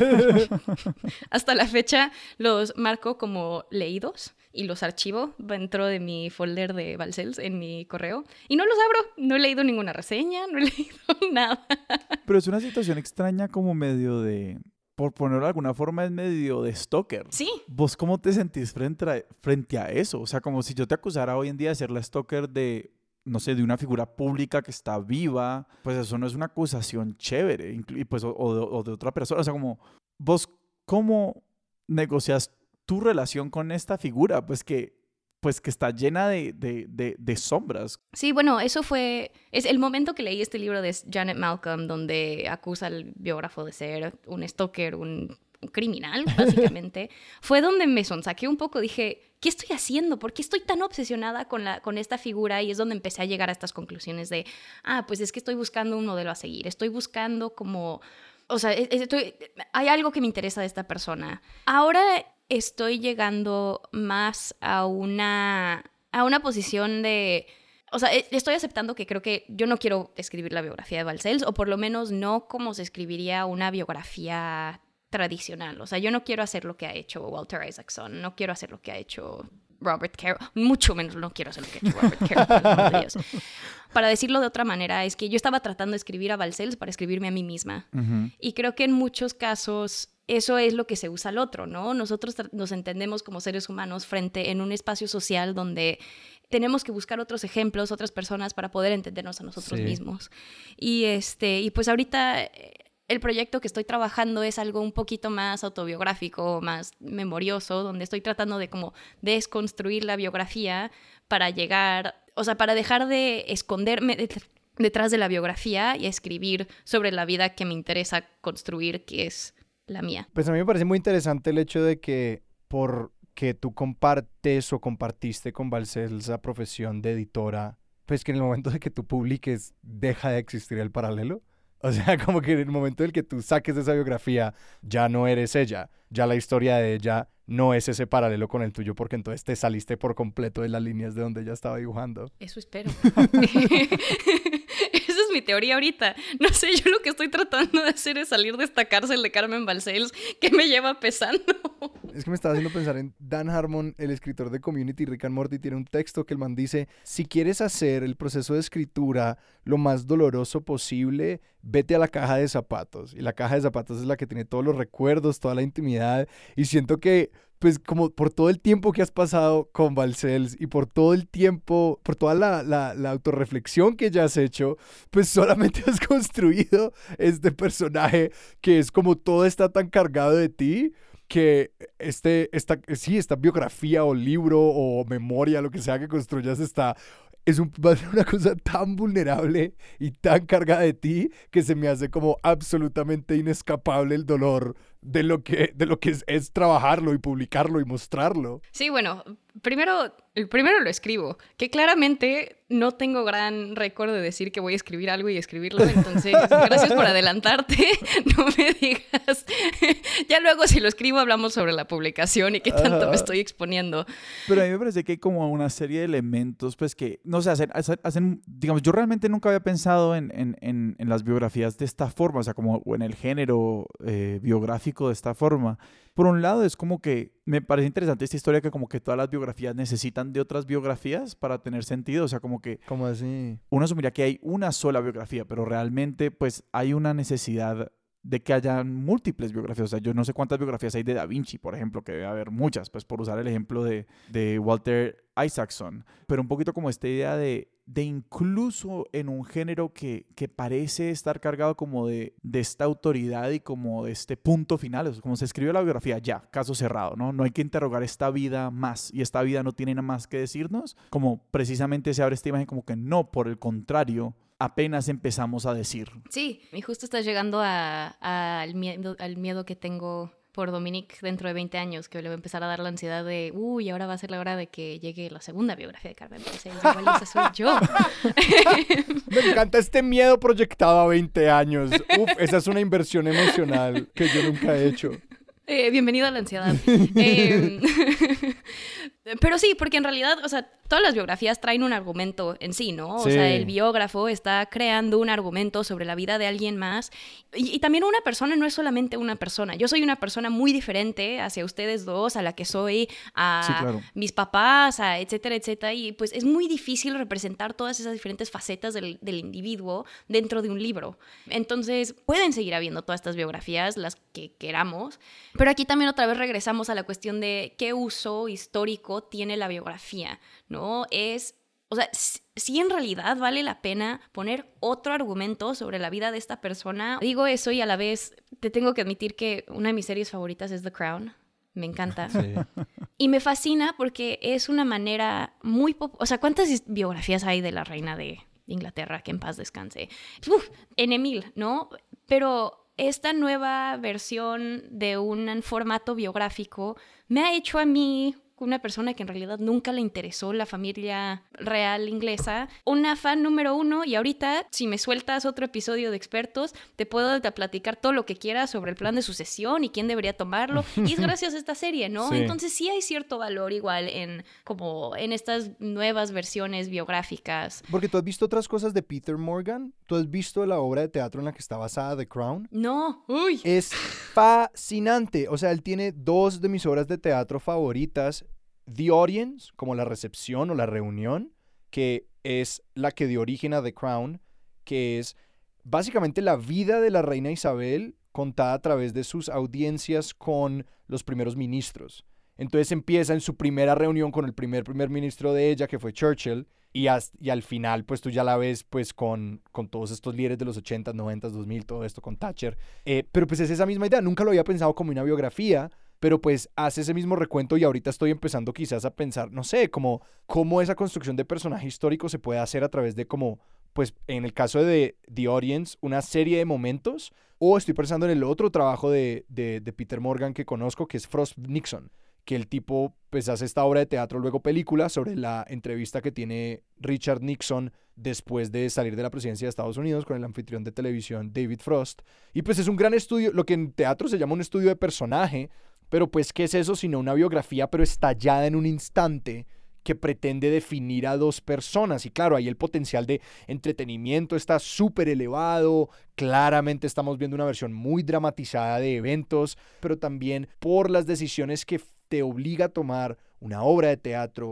Speaker 3: Hasta la fecha los marco como leídos y los archivo dentro de mi folder de Balcells en mi correo. Y no los abro. No he leído ninguna reseña, no he leído nada.
Speaker 2: Pero es una situación extraña, como medio de... Por ponerlo de alguna forma, es medio de stalker.
Speaker 3: Sí.
Speaker 2: ¿Vos cómo te sentís frente a eso? O sea, como si yo te acusara hoy en día de ser la stalker de, no sé, de una figura pública que está viva, pues eso no es una acusación chévere, y pues, o de otra persona. O sea, como, ¿vos cómo negocias tu relación con esta figura? Pues que está llena de sombras.
Speaker 3: Sí, bueno, es el momento que leí este libro de Janet Malcolm, donde acusa al biógrafo de ser un stalker, un criminal, básicamente. Fue donde me sonsaqué un poco, dije, ¿qué estoy haciendo? ¿Por qué estoy tan obsesionada con esta figura? Y es donde empecé a llegar a estas conclusiones de, pues es que estoy buscando un modelo a seguir, estoy buscando como, o sea, hay algo que me interesa de esta persona. Ahora estoy llegando más a una posición de... O sea, estoy aceptando que creo que yo no quiero escribir la biografía de Balcells, o por lo menos no como se escribiría una biografía tradicional. O sea, yo no quiero hacer lo que ha hecho Walter Isaacson, no quiero hacer lo que ha hecho Robert Caro, mucho menos no quiero hacer lo que ha hecho Robert Caro, por el amor de Dios. Para decirlo de otra manera, es que yo estaba tratando de escribir a Balcells para escribirme a mí misma. Uh-huh. Y creo que en muchos casos eso es lo que se usa al otro, ¿no? Nosotros nos entendemos como seres humanos en un espacio social donde tenemos que buscar otros ejemplos, otras personas para poder entendernos a nosotros mismos. Y pues ahorita el proyecto que estoy trabajando es algo un poquito más autobiográfico, más memorioso, donde estoy tratando de como desconstruir la biografía para llegar, o sea, para dejar de esconderme detrás de la biografía y escribir sobre la vida que me interesa construir, que es la mía.
Speaker 1: Pues a mí me parece muy interesante el hecho de que porque tú compartes o compartiste con Balcells la profesión de editora, pues que en el momento de que tú publiques deja de existir el paralelo. O sea, como que en el momento en el que tú saques esa biografía, ya no eres ella. Ya la historia de ella no es ese paralelo con el tuyo, porque entonces te saliste por completo de las líneas de donde ella estaba dibujando.
Speaker 3: Eso espero. Esa es mi teoría ahorita. No sé, yo lo que estoy tratando de hacer es salir de esta cárcel de Carmen Balcells que me lleva pesando.
Speaker 1: Es que me estaba haciendo pensar en Dan Harmon, el escritor de Community, Rick and Morty, tiene un texto que el man dice, si quieres hacer el proceso de escritura lo más doloroso posible, vete a la caja de zapatos. Y la caja de zapatos es la que tiene todos los recuerdos, toda la intimidad. Y siento que, pues, como por todo el tiempo que has pasado con Balcells y por todo el tiempo, por toda la autorreflexión que ya has hecho, pues solamente has construido este personaje que es como todo está tan cargado de ti, que esta biografía o libro o memoria, lo que sea que construyas, va a ser una cosa tan vulnerable y tan cargada de ti que se me hace como absolutamente inescapable el dolor de lo que es trabajarlo y publicarlo y mostrarlo.
Speaker 3: Sí, bueno, primero lo escribo, que claramente no tengo gran récord de decir que voy a escribir algo y escribirlo, entonces gracias por adelantarte, no me digas. Ya luego si lo escribo hablamos sobre la publicación y qué tanto me estoy exponiendo.
Speaker 2: Pero a mí me parece que hay como una serie de elementos, pues que, no sé, hacen digamos, yo realmente nunca había pensado en las biografías de esta forma, o sea, como en el género biográfico de esta forma. Por un lado es como que me parece interesante esta historia que como que todas las biografías necesitan de otras biografías para tener sentido, o sea, como que...
Speaker 1: ¿Cómo así?
Speaker 2: Uno asumiría que hay una sola biografía, pero realmente pues hay una necesidad de que haya múltiples biografías. O sea, yo no sé cuántas biografías hay de Da Vinci, por ejemplo, que debe haber muchas, pues por usar el ejemplo de Walter Isaacson, pero un poquito como esta idea de incluso en un género que parece estar cargado como de esta autoridad y como de este punto final, es como se escribió la biografía, ya, caso cerrado, ¿no? No hay que interrogar esta vida más y esta vida no tiene nada más que decirnos, como precisamente se abre esta imagen como que no, por el contrario, apenas empezamos a decir.
Speaker 3: Sí, y justo estás llegando al miedo que tengo por Dominique dentro de 20 años, que le va a empezar a dar la ansiedad de, uy, ahora va a ser la hora de que llegue la segunda biografía de Carmen Balcells, igual esa soy yo.
Speaker 1: Me encanta este miedo proyectado a 20 años. Uf, esa es una inversión emocional que yo nunca he hecho.
Speaker 3: Bienvenido a la ansiedad. Pero sí, porque en realidad, o sea, todas las biografías traen un argumento en sí, ¿no?
Speaker 1: Sí.
Speaker 3: O sea, el biógrafo está creando un argumento sobre la vida de alguien más. Y también una persona no es solamente una persona. Yo soy una persona muy diferente hacia ustedes dos, a la que soy, a
Speaker 2: Sí, claro.
Speaker 3: mis papás, a etcétera, etcétera. Y pues es muy difícil representar todas esas diferentes facetas del individuo dentro de un libro. Entonces, pueden seguir habiendo todas estas biografías, las que queramos. Pero aquí también otra vez regresamos a la cuestión de qué uso histórico tiene la biografía, ¿no? O sea, si en realidad vale la pena poner otro argumento sobre la vida de esta persona. Digo eso y a la vez te tengo que admitir que una de mis series favoritas es The Crown. Me encanta.
Speaker 1: Sí.
Speaker 3: Y me fascina porque es una manera muy... O sea, ¿cuántas biografías hay de la reina de Inglaterra? Que en paz descanse. Uf, N mil, ¿no? Pero esta nueva versión de un formato biográfico me ha hecho a mí, una persona que en realidad nunca le interesó la familia real inglesa, una fan número 1, y ahorita, si me sueltas otro episodio de Expertos, te puedo platicar todo lo que quieras sobre el plan de sucesión y quién debería tomarlo, y es gracias a esta serie, ¿no?
Speaker 1: Sí.
Speaker 3: Entonces sí hay cierto valor igual en estas nuevas versiones biográficas.
Speaker 1: Porque tú has visto otras cosas de Peter Morgan. ¿Tú has visto la obra de teatro en la que está basada The Crown?
Speaker 3: No, uy.
Speaker 1: Es fascinante. O sea, él tiene 2 de mis obras de teatro favoritas. The Audience, como la recepción o la reunión, que es la que dio origen a The Crown, que es básicamente la vida de la reina Isabel contada a través de sus audiencias con los primeros ministros. Entonces empieza en su primera reunión con el primer ministro de ella, que fue Churchill, y al final, pues tú ya la ves pues con todos estos líderes de los 80, 90, 2000, todo esto con Thatcher. Pero pues es esa misma idea. Nunca lo había pensado como una biografía, pero pues hace ese mismo recuento y ahorita estoy empezando quizás a pensar, no sé, cómo esa construcción de personaje histórico se puede hacer a través de como, pues en el caso de The Audience, una serie de momentos, o estoy pensando en el otro trabajo de Peter Morgan que conozco, que es Frost Nixon, que el tipo pues hace esta obra de teatro, luego película, sobre la entrevista que tiene Richard Nixon después de salir de la presidencia de Estados Unidos con el anfitrión de televisión David Frost. Y pues es un gran estudio, lo que en teatro se llama un estudio de personaje, pero pues ¿qué es eso sino una biografía pero estallada en un instante que pretende definir a 2 personas? Y claro, ahí el potencial de entretenimiento está súper elevado. Claramente estamos viendo una versión muy dramatizada de eventos, pero también por las decisiones que te obliga a tomar una obra de teatro,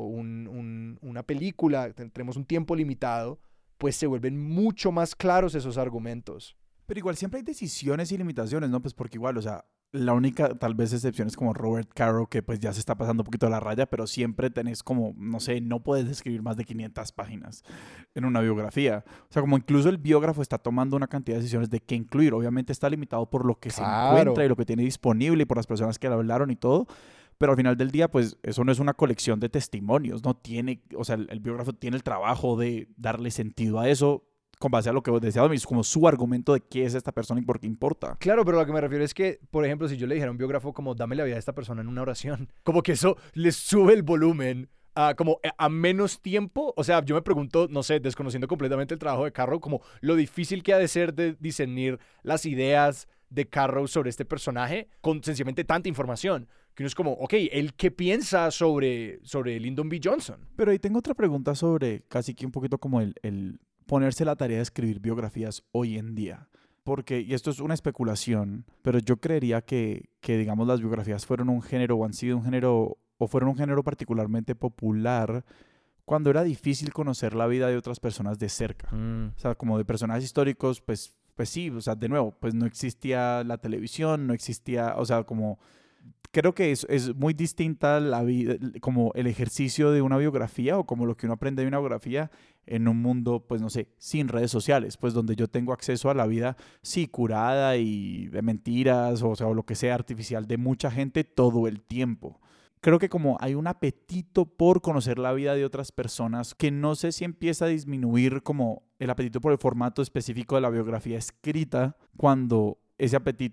Speaker 1: una película, tenemos un tiempo limitado, pues se vuelven mucho más claros esos argumentos.
Speaker 2: Pero igual siempre hay decisiones y limitaciones, ¿no? Pues porque igual, o sea, la única tal vez excepción es como Robert Caro, que pues ya se está pasando un poquito de la raya, pero siempre tenés como, no sé, no puedes escribir más de 500 páginas en una biografía. O sea, como incluso el biógrafo está tomando una cantidad de decisiones de qué incluir. Obviamente está limitado por lo que se encuentra y lo que tiene disponible y por las personas que le hablaron y todo. Pero al final del día, pues eso no es una colección de testimonios, no tiene, o sea, el biógrafo tiene el trabajo de darle sentido a eso con base a lo que vos decías, como su argumento de qué es esta persona y por qué importa.
Speaker 1: Claro, pero lo que me refiero es que, por ejemplo, si yo le dijera a un biógrafo como dame la vida de esta persona en una oración, como que eso les sube el volumen a menos tiempo. O sea, yo me pregunto, no sé, desconociendo completamente el trabajo de Carrow, como lo difícil que ha de ser de discernir las ideas de Carrow sobre este personaje con sencillamente tanta información. Que uno es como, ok, ¿él qué piensa sobre Lyndon B. Johnson?
Speaker 2: Pero ahí tengo otra pregunta sobre casi que un poquito como el ponerse la tarea de escribir biografías hoy en día. Porque, y esto es una especulación, pero yo creería que digamos, las biografías fueron un género o han sido un género o fueron un género particularmente popular cuando era difícil conocer la vida de otras personas de cerca. O sea, como de personajes históricos, pues sí, o sea, de nuevo, pues no existía la televisión, no existía, o sea, como... Creo que es muy distinta la vida, como el ejercicio de una biografía o como lo que uno aprende de una biografía en un mundo, pues no sé, sin redes sociales, pues donde yo tengo acceso a la vida, sí, curada y de mentiras, o sea, o lo que sea artificial de mucha gente todo el tiempo. Creo que como hay un apetito por conocer la vida de otras personas que no sé si empieza a disminuir como el apetito por el formato específico de la biografía escrita cuando ese apetito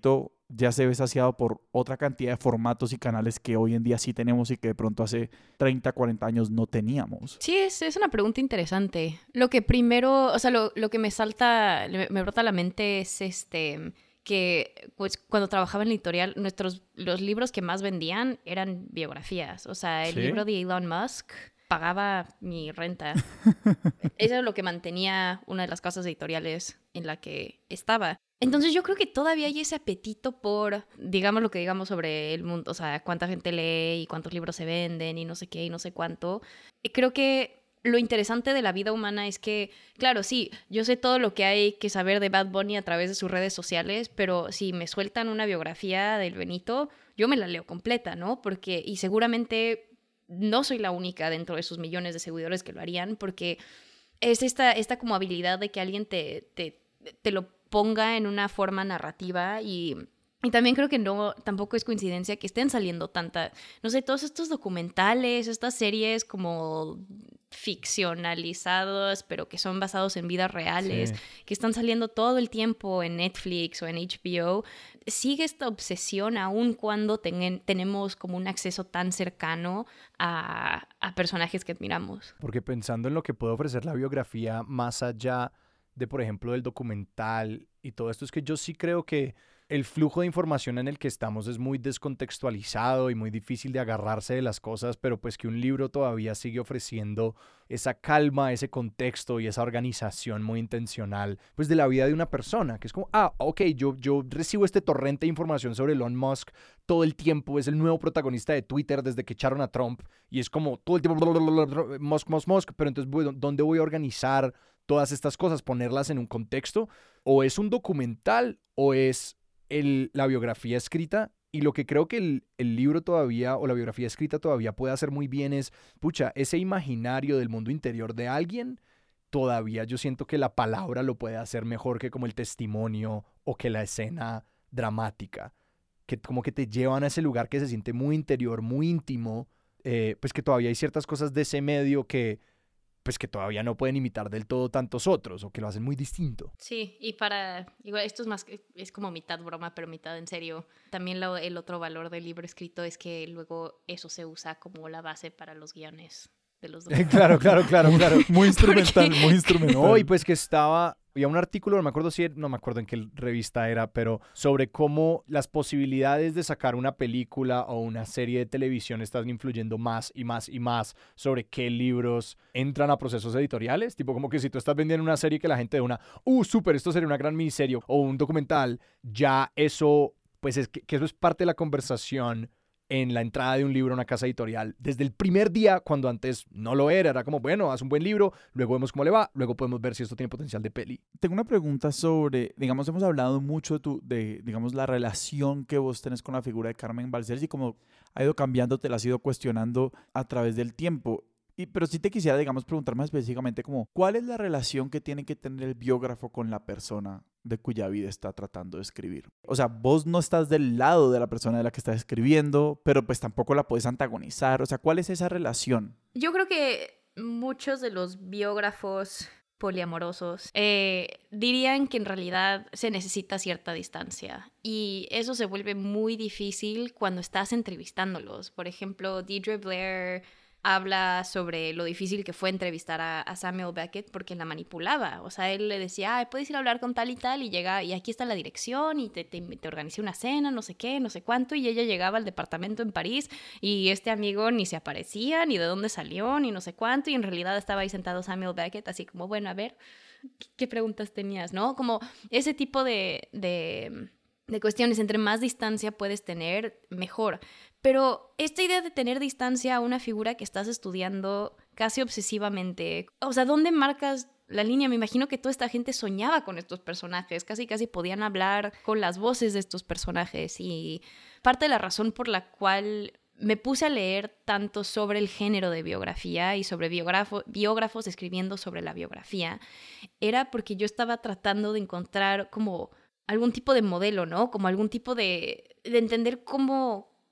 Speaker 2: ya se ve saciado por otra cantidad de formatos y canales que hoy en día sí tenemos y que de pronto hace 30, 40 años no teníamos?
Speaker 3: Sí, es una pregunta interesante. Lo que primero, o sea, lo que me salta, me brota a la mente es que pues cuando trabajaba en la editorial, los libros que más vendían eran biografías. O sea, el
Speaker 1: ¿Sí?
Speaker 3: libro de Elon Musk pagaba mi renta. Eso es lo que mantenía una de las casas editoriales en la que estaba. Entonces yo creo que todavía hay ese apetito por, digamos lo que digamos sobre el mundo, o sea, cuánta gente lee y cuántos libros se venden y no sé qué y no sé cuánto. Creo que lo interesante de la vida humana es que, claro, sí, yo sé todo lo que hay que saber de Bad Bunny a través de sus redes sociales, pero si me sueltan una biografía del Benito, yo me la leo completa, ¿no? Porque, y seguramente no soy la única dentro de sus millones de seguidores que lo harían, porque es esta como habilidad de que alguien te lo ponga en una forma narrativa y también creo que tampoco es coincidencia que estén saliendo no sé, todos estos documentales, estas series como ficcionalizados, pero que son basados en vidas reales,
Speaker 1: Sí.
Speaker 3: que están saliendo todo el tiempo en Netflix o en HBO. Sigue esta obsesión aun cuando tenemos como un acceso tan cercano a personajes que admiramos.
Speaker 1: Porque pensando en lo que puede ofrecer la biografía más allá de, por ejemplo, del documental y todo esto, es que yo sí creo que el flujo de información en el que estamos es muy descontextualizado y muy difícil de agarrarse de las cosas, pero pues que un libro todavía sigue ofreciendo esa calma, ese contexto y esa organización muy intencional, pues de la vida de una persona, que es como, ok, yo recibo este torrente de información sobre Elon Musk todo el tiempo, es el nuevo protagonista de Twitter desde que echaron a Trump, y es como todo el tiempo, Musk, pero entonces, ¿dónde voy a organizar todas estas cosas, ponerlas en un contexto? O es un documental o es la biografía escrita, y lo que creo que el libro todavía o la biografía escrita todavía puede hacer muy bien es, pucha, ese imaginario del mundo interior de alguien, todavía yo siento que la palabra lo puede hacer mejor que como el testimonio o que la escena dramática, que como que te llevan a ese lugar que se siente muy interior, muy íntimo, pues que todavía hay ciertas cosas de ese medio que pues que todavía no pueden imitar del todo tantos otros o que lo hacen muy distinto.
Speaker 3: Sí, igual esto es como mitad broma, pero mitad en serio. También el otro valor del libro escrito es que luego eso se usa como la base para los guiones de los documentales.
Speaker 1: Claro.
Speaker 2: Muy instrumental, muy instrumental.
Speaker 1: No, y pues que había un artículo, no me acuerdo en qué revista era, pero sobre cómo las posibilidades de sacar una película o una serie de televisión están influyendo más y más y más sobre qué libros entran a procesos editoriales. Tipo como que si tú estás vendiendo una serie que la gente de súper, esto sería una gran miniserie o un documental, ya eso, pues es que eso es parte de la conversación en la entrada de un libro a una casa editorial desde el primer día, cuando antes no lo era como, bueno, haz un buen libro, luego vemos cómo le va, luego podemos ver si esto tiene potencial de peli.
Speaker 2: Tengo una pregunta sobre, digamos, hemos hablado mucho digamos, la relación que vos tenés con la figura de Carmen Balcells y cómo ha ido cambiando, te la has ido cuestionando a través del tiempo. Pero sí te quisiera, digamos, preguntar más específicamente como, ¿cuál es la relación que tiene que tener el biógrafo con la persona de cuya vida está tratando de escribir? O sea, vos no estás del lado de la persona de la que estás escribiendo, pero pues tampoco la puedes antagonizar. O sea, ¿cuál es esa relación?
Speaker 3: Yo creo que muchos de los biógrafos poliamorosos dirían que en realidad se necesita cierta distancia y eso se vuelve muy difícil cuando estás entrevistándolos. Por ejemplo, Deirdre Blair habla sobre lo difícil que fue entrevistar a Samuel Beckett porque la manipulaba. O sea, él le decía, puedes ir a hablar con tal y llega, y aquí está la dirección, y te organicé una cena, no sé qué, no sé cuánto, y ella llegaba al departamento en París, y este amigo ni se aparecía, ni de dónde salió, ni no sé cuánto, y en realidad estaba ahí sentado Samuel Beckett, así como, bueno, a ver, ¿qué preguntas tenías, no? Como ese tipo de cuestiones, entre más distancia puedes tener, mejor. Pero esta idea de tener distancia a una figura que estás estudiando casi obsesivamente, o sea, ¿dónde marcas la línea? Me imagino que toda esta gente soñaba con estos personajes, casi podían hablar con las voces de estos personajes, y parte de la razón por la cual me puse a leer tanto sobre el género de biografía y sobre biógrafos escribiendo sobre la biografía era porque yo estaba tratando de encontrar como algún tipo de modelo, ¿no? Como algún tipo de entender cómo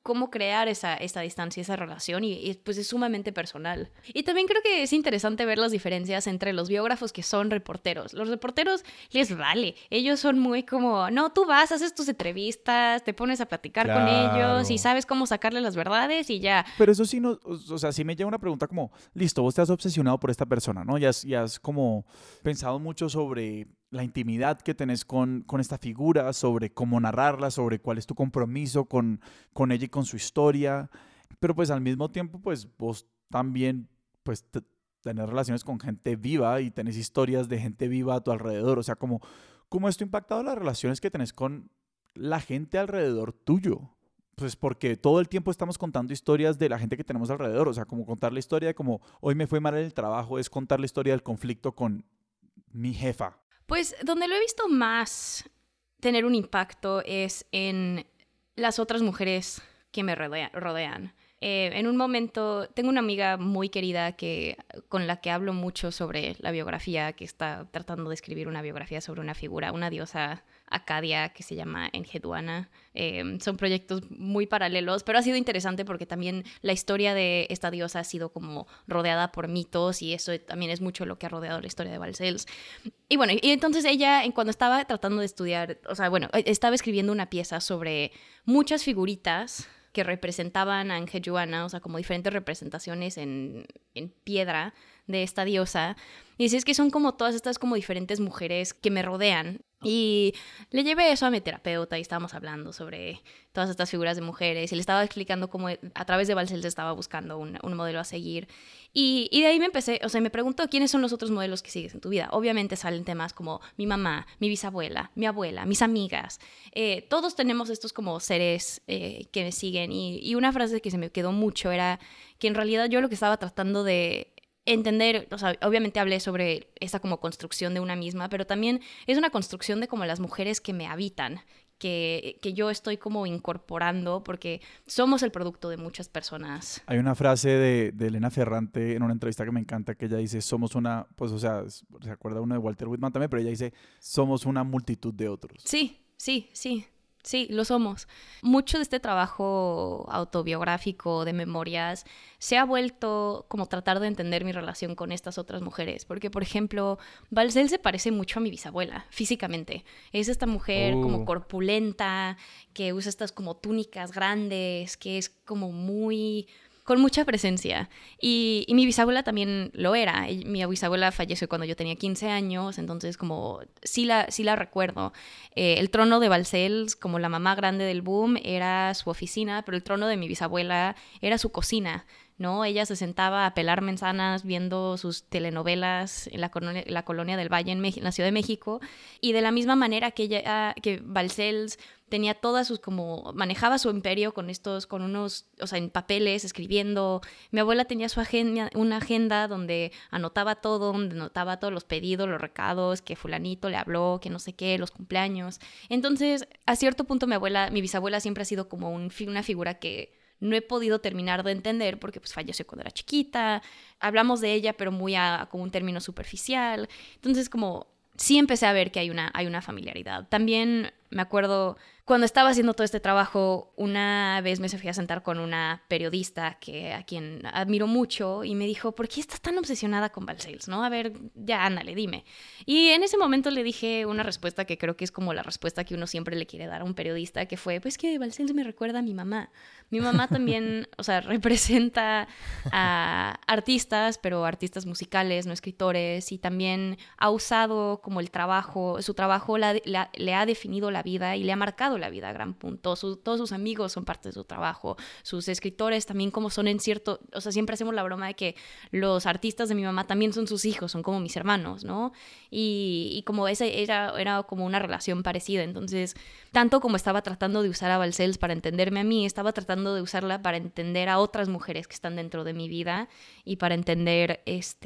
Speaker 3: cómo crear esa distancia, esa relación y pues es sumamente personal. Y también creo que es interesante ver las diferencias entre los biógrafos que son reporteros. Los reporteros les vale, ellos son muy como, no, tú vas, haces tus entrevistas, te pones a platicar con ellos y sabes cómo sacarle las verdades y ya.
Speaker 2: Pero eso sí, no, o sea, sí me llega una pregunta como, listo, vos te has obsesionado por esta persona, ¿no? Y has como pensado mucho sobre la intimidad que tenés con esta figura, sobre cómo narrarla, sobre cuál es tu compromiso con ella y con su historia. Pero pues al mismo tiempo, pues vos también, pues tenés relaciones con gente viva y tenés historias de gente viva a tu alrededor. O sea, ¿cómo esto ha impactado las relaciones que tenés con la gente alrededor tuyo? Pues porque todo el tiempo estamos contando historias de la gente que tenemos alrededor. O sea, como contar la historia de como hoy me fue mal en el trabajo es contar la historia del conflicto con mi jefa.
Speaker 3: Pues donde lo he visto más tener un impacto es en las otras mujeres que me rodean. En un momento, tengo una amiga muy querida con la que hablo mucho sobre la biografía, que está tratando de escribir una biografía sobre una figura, una diosa acadia que se llama Enheduanna. Son proyectos muy paralelos, pero ha sido interesante porque también la historia de esta diosa ha sido como rodeada por mitos y eso también es mucho lo que ha rodeado la historia de Balcells. Y bueno, y entonces ella, cuando estaba tratando de estudiar, o sea, bueno, estaba escribiendo una pieza sobre muchas figuritas que representaban a Enheduanna, o sea, como diferentes representaciones en piedra de esta diosa. Y dice, es que son como todas estas como diferentes mujeres que me rodean. Y le llevé eso a mi terapeuta y estábamos hablando sobre todas estas figuras de mujeres y le estaba explicando cómo a través de Balcells estaba buscando un modelo a seguir. Y de ahí me preguntó quiénes son los otros modelos que sigues en tu vida. Obviamente salen temas como mi mamá, mi bisabuela, mi abuela, mis amigas. Todos tenemos estos como seres que me siguen y una frase que se me quedó mucho era que en realidad yo lo que estaba tratando de entender, o sea, obviamente hablé sobre esa como construcción de una misma, pero también es una construcción de como las mujeres que me habitan, que yo estoy como incorporando porque somos el producto de muchas personas.
Speaker 2: Hay una frase de Elena Ferrante en una entrevista que me encanta que ella dice, somos una, pues o sea, se acuerda uno de Walter Whitman también, pero ella dice, somos una multitud de otros.
Speaker 3: Sí, sí, sí. Sí, lo somos. Mucho de este trabajo autobiográfico de memorias se ha vuelto como tratar de entender mi relación con estas otras mujeres. Porque, por ejemplo, Balcells se parece mucho a mi bisabuela, físicamente. Es esta mujer como corpulenta, que usa estas como túnicas grandes, que es como con mucha presencia. Y mi bisabuela también lo era. Mi bisabuela falleció cuando yo tenía 15 años, entonces como sí la recuerdo. El trono de Balcells, como la mamá grande del boom, era su oficina, pero el trono de mi bisabuela era su cocina, ¿no? Ella se sentaba a pelar manzanas viendo sus telenovelas en la colonia del Valle en la Ciudad de México, y de la misma manera que Balcells tenía todas sus, como, manejaba su imperio con unos, o sea, en papeles, escribiendo. Mi abuela tenía una agenda donde anotaba todo, donde anotaba todos los pedidos, los recados, que fulanito le habló, que no sé qué, los cumpleaños. Entonces, a cierto punto mi bisabuela siempre ha sido como una figura que no he podido terminar de entender porque pues falleció cuando era chiquita. Hablamos de ella, pero muy como un término superficial. Entonces, como sí empecé a ver que hay una familiaridad. También me acuerdo cuando estaba haciendo todo este trabajo, una vez me fui a sentar con una periodista a quien admiro mucho y me dijo, ¿por qué estás tan obsesionada con Balcells? ¿No? A ver, ya, ándale, dime. Y en ese momento le dije una respuesta que creo que es como la respuesta que uno siempre le quiere dar a un periodista, que fue, pues que Balcells me recuerda a mi mamá. Mi mamá también, o sea, representa a artistas, pero artistas musicales, no escritores, y también ha usado como su trabajo le ha definido la vida y le ha marcado la vida a gran punto. Todos sus amigos son parte de su trabajo. Sus escritores también como son o sea, siempre hacemos la broma de que los artistas de mi mamá también son sus hijos, son como mis hermanos, ¿no? Y como ese era como una relación parecida. Entonces, tanto como estaba tratando de usar a Balcells para entenderme a mí, estaba tratando de usarla para entender a otras mujeres que están dentro de mi vida y para entender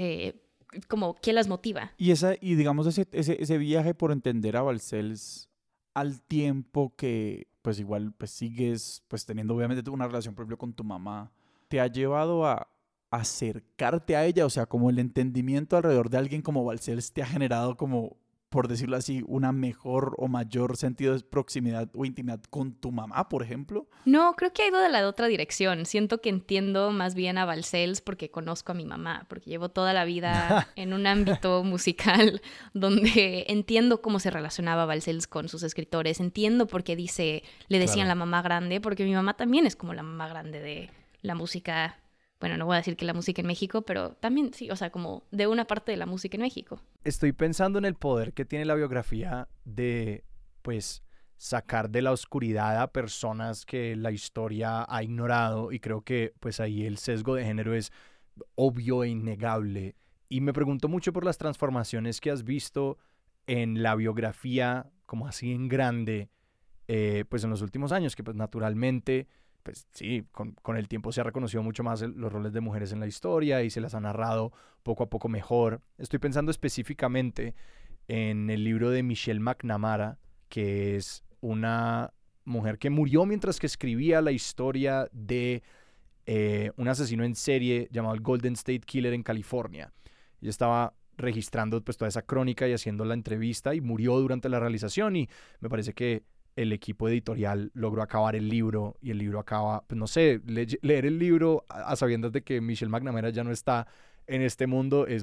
Speaker 3: como qué las motiva.
Speaker 2: Y digamos ese viaje por entender a Balcells al tiempo que pues igual pues sigues pues teniendo obviamente una relación por ejemplo con tu mamá, te ha llevado a acercarte a ella, o sea, como el entendimiento alrededor de alguien como Balcells te ha generado como por decirlo así, una mejor o mayor sentido de proximidad o intimidad con tu mamá, por ejemplo?
Speaker 3: No, creo que ha ido de la otra dirección. Siento que entiendo más bien a Balcells porque conozco a mi mamá, porque llevo toda la vida en un ámbito musical donde entiendo cómo se relacionaba Balcells con sus escritores, entiendo por qué le decían la mamá grande, porque mi mamá también es como la mamá grande de la música. Bueno, no voy a decir que la música en México, pero también sí, o sea, como de una parte de la música en México.
Speaker 1: Estoy pensando en el poder que tiene la biografía de, pues, sacar de la oscuridad a personas que la historia ha ignorado, y creo que, pues, ahí el sesgo de género es obvio e innegable. Y me pregunto mucho por las transformaciones que has visto en la biografía, como así en grande, pues en los últimos años, que pues naturalmente, pues sí, con el tiempo se ha reconocido mucho más los roles de mujeres en la historia y se las ha narrado poco a poco mejor. Estoy pensando específicamente en el libro de Michelle McNamara, que es una mujer que murió mientras que escribía la historia de un asesino en serie llamado el Golden State Killer en California. Ella estaba registrando pues toda esa crónica y haciendo la entrevista y murió durante la realización, y me parece que el equipo editorial logró acabar el libro y el libro acaba, pues no sé, leer el libro a sabiendas de que Michelle McNamara ya no está en este mundo es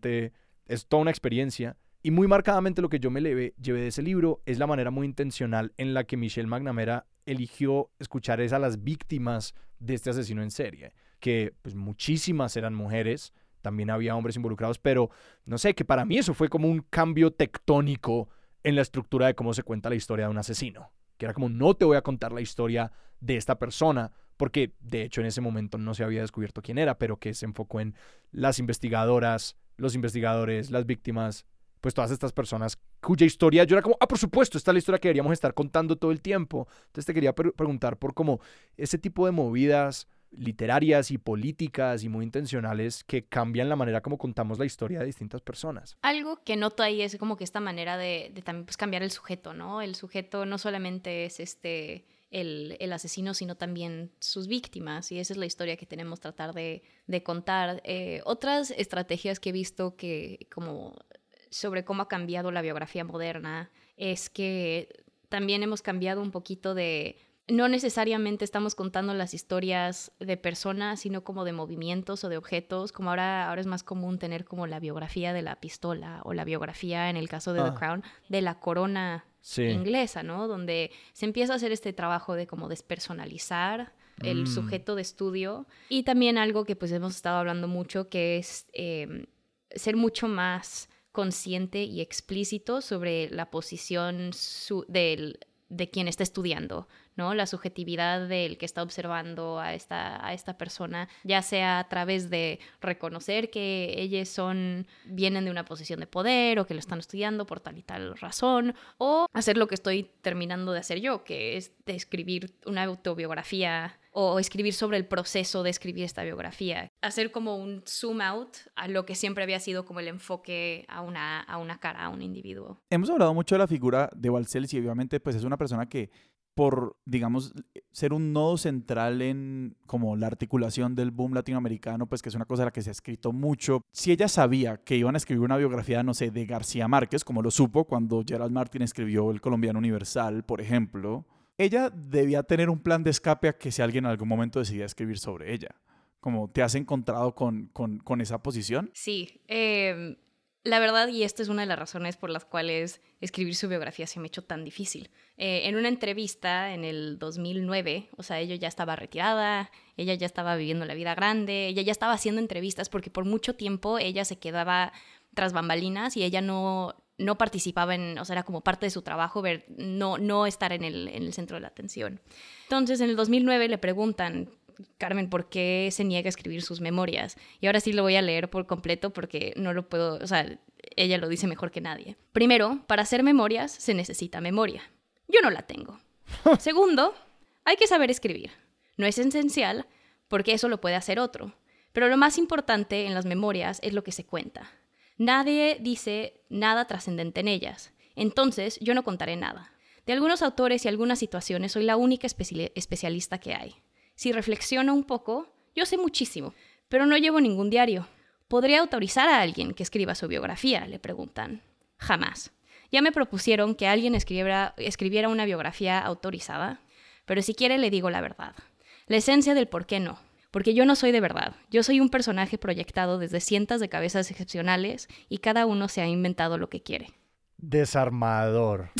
Speaker 1: toda una experiencia. Y muy marcadamente lo que yo me llevé de ese libro es la manera muy intencional en la que Michelle McNamara eligió escuchar a las víctimas de este asesino en serie, que pues muchísimas eran mujeres, también había hombres involucrados, pero no sé, que para mí eso fue como un cambio tectónico en la estructura de cómo se cuenta la historia de un asesino, que era como, no te voy a contar la historia de esta persona, porque de hecho en ese momento no se había descubierto quién era, pero que se enfocó en las investigadoras, los investigadores, las víctimas, pues todas estas personas cuya historia yo era como, por supuesto, esta es la historia que deberíamos estar contando todo el tiempo. Entonces te quería preguntar por cómo ese tipo de movidas literarias y políticas y muy intencionales que cambian la manera como contamos la historia de distintas personas.
Speaker 3: Algo que noto ahí es como que esta manera de también pues cambiar el sujeto, ¿no? El sujeto no solamente es el asesino, sino también sus víctimas, y esa es la historia que tenemos que tratar de contar. Otras estrategias que he visto que como sobre cómo ha cambiado la biografía moderna es que también hemos cambiado un poquito de... No necesariamente estamos contando las historias de personas, sino como de movimientos o de objetos, como ahora es más común tener como la biografía de la pistola o la biografía, en el caso de The Crown, de la corona inglesa, ¿no? Donde se empieza a hacer este trabajo de como despersonalizar el sujeto de estudio. Y también algo que pues hemos estado hablando mucho, que es ser mucho más consciente y explícito sobre la posición de quien está estudiando, ¿no? La subjetividad del que está observando a esta persona, ya sea a través de reconocer que ellos vienen de una posición de poder o que lo están estudiando por tal y tal razón, o hacer lo que estoy terminando de hacer yo, que es de escribir una autobiografía o escribir sobre el proceso de escribir esta biografía. Hacer como un zoom out a lo que siempre había sido como el enfoque a una cara, a un individuo.
Speaker 2: Hemos hablado mucho de la figura de Balcells y obviamente pues es una persona que por, digamos, ser un nodo central en como la articulación del boom latinoamericano, pues que es una cosa de la que se ha escrito mucho. Si ella sabía que iban a escribir una biografía, no sé, de García Márquez, como lo supo cuando Gerald Martin escribió El Colombiano Universal, por ejemplo, ella debía tener un plan de escape a que si alguien en algún momento decidía escribir sobre ella. ¿Cómo te has encontrado con esa posición?
Speaker 3: Sí, la verdad, y esta es una de las razones por las cuales escribir su biografía se me ha hecho tan difícil. En una entrevista en el 2009, o sea, ella ya estaba retirada, ella ya estaba viviendo la vida grande, ella ya estaba haciendo entrevistas porque por mucho tiempo ella se quedaba tras bambalinas y ella no participaba o sea, era como parte de su trabajo no estar en el centro de la atención. Entonces, en el 2009 le preguntan, Carmen, ¿por qué se niega a escribir sus memorias? Y ahora sí lo voy a leer por completo porque no lo puedo, o sea, ella lo dice mejor que nadie. Primero, para hacer memorias se necesita memoria. Yo no la tengo. Segundo, hay que saber escribir. No es esencial porque eso lo puede hacer otro. Pero lo más importante en las memorias es lo que se cuenta. Nadie dice nada trascendente en ellas. Entonces, yo no contaré nada. De algunos autores y algunas situaciones soy la única especialista que hay. Si reflexiono un poco, yo sé muchísimo, pero no llevo ningún diario. ¿Podría autorizar a alguien que escriba su biografía?, le preguntan. Jamás. Ya me propusieron que alguien escribiera una biografía autorizada, pero si quiere le digo la verdad. La esencia del por qué no. Porque yo no soy de verdad. Yo soy un personaje proyectado desde cientos de cabezas excepcionales y cada uno se ha inventado lo que quiere.
Speaker 1: Desarmador.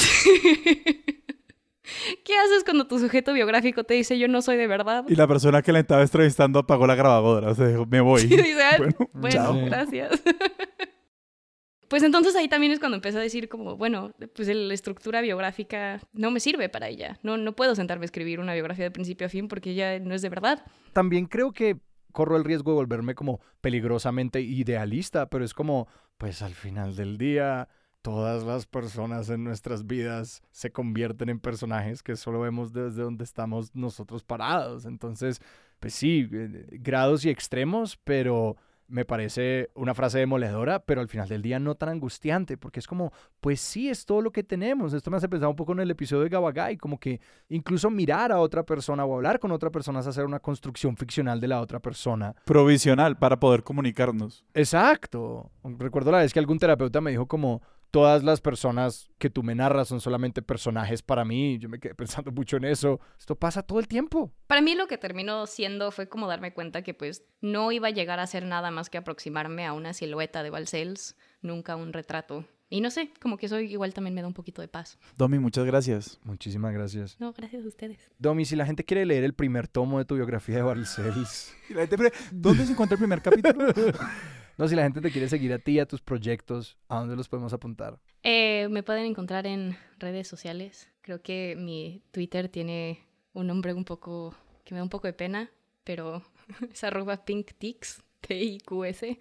Speaker 3: ¿Qué haces cuando tu sujeto biográfico te dice yo no soy de verdad?
Speaker 2: Y la persona que la estaba entrevistando apagó la grabadora. O sea, dijo, me voy.
Speaker 3: Y dice,
Speaker 2: Bueno, chao.
Speaker 3: gracias. Pues entonces ahí también es cuando empecé a decir como, bueno, pues la estructura biográfica no me sirve para ella. No puedo sentarme a escribir una biografía de principio a fin porque ella no es de verdad.
Speaker 1: También creo que corro el riesgo de volverme como peligrosamente idealista, pero es como, pues al final del día, todas las personas en nuestras vidas se convierten en personajes que solo vemos desde donde estamos nosotros parados. Entonces, pues sí, grados y extremos, pero me parece una frase demoledora, pero al final del día no tan angustiante, porque es como, pues sí, es todo lo que tenemos. Esto me hace pensar un poco en el episodio de Gabagai, como que incluso mirar a otra persona o hablar con otra persona es hacer una construcción ficcional de la otra persona.
Speaker 2: Provisional para poder comunicarnos.
Speaker 1: Exacto. Recuerdo la vez que algún terapeuta me dijo como, todas las personas que tú me narras son solamente personajes para mí. Yo me quedé pensando mucho en eso. Esto pasa todo el tiempo.
Speaker 3: Para mí lo que terminó siendo fue como darme cuenta que pues no iba a llegar a ser nada más que aproximarme a una silueta de Balcells, nunca un retrato. Y no sé, como que eso igual también me da un poquito de paz.
Speaker 2: Domi, muchas gracias.
Speaker 1: Muchísimas gracias.
Speaker 3: No, gracias a ustedes.
Speaker 1: Domi, si la gente quiere leer el primer tomo de tu biografía de Balcells.
Speaker 2: ¿Dónde se encuentra el primer capítulo?
Speaker 1: No, si la gente te quiere seguir a ti, a tus proyectos, ¿a dónde los podemos apuntar?
Speaker 3: Me pueden encontrar en redes sociales. Creo que mi Twitter tiene un nombre un poco que me da un poco de pena, pero es @pinktix, TIQS.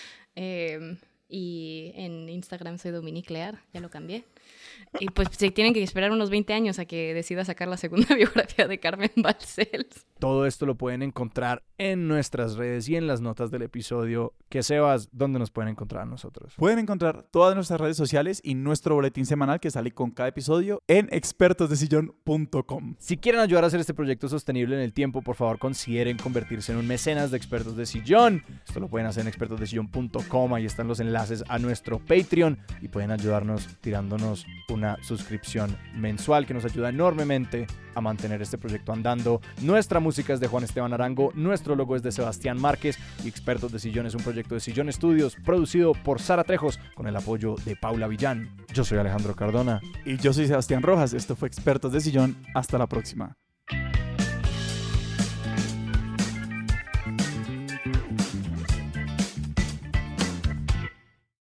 Speaker 3: Y en Instagram soy Dominiclear, ya lo cambié. Y pues se tienen que esperar unos 20 años a que decida sacar la segunda biografía de Carmen Balcells.
Speaker 1: Todo esto lo pueden encontrar en nuestras redes y en las notas del episodio. Que Sebas, ¿dónde nos pueden encontrar a nosotros?
Speaker 2: Pueden encontrar todas nuestras redes sociales y nuestro boletín semanal que sale con cada episodio en expertosdesillon.com.
Speaker 1: Si quieren ayudar a hacer este proyecto sostenible en el tiempo, por favor consideren convertirse en un mecenas de Expertos de Sillón. Esto lo pueden hacer en expertosdesillon.com. Ahí están los enlaces a nuestro Patreon y pueden ayudarnos tirándonos una suscripción mensual que nos ayuda enormemente a mantener este proyecto andando. Nuestra música es de Juan Esteban Arango, nuestro logo es de Sebastián Márquez y Expertos de Sillón es un proyecto de Sillón Studios producido por Sara Trejos con el apoyo de Paula Villán. Yo soy Alejandro Cardona.
Speaker 2: Y yo soy Sebastián Rojas. Esto fue Expertos de Sillón. Hasta la próxima.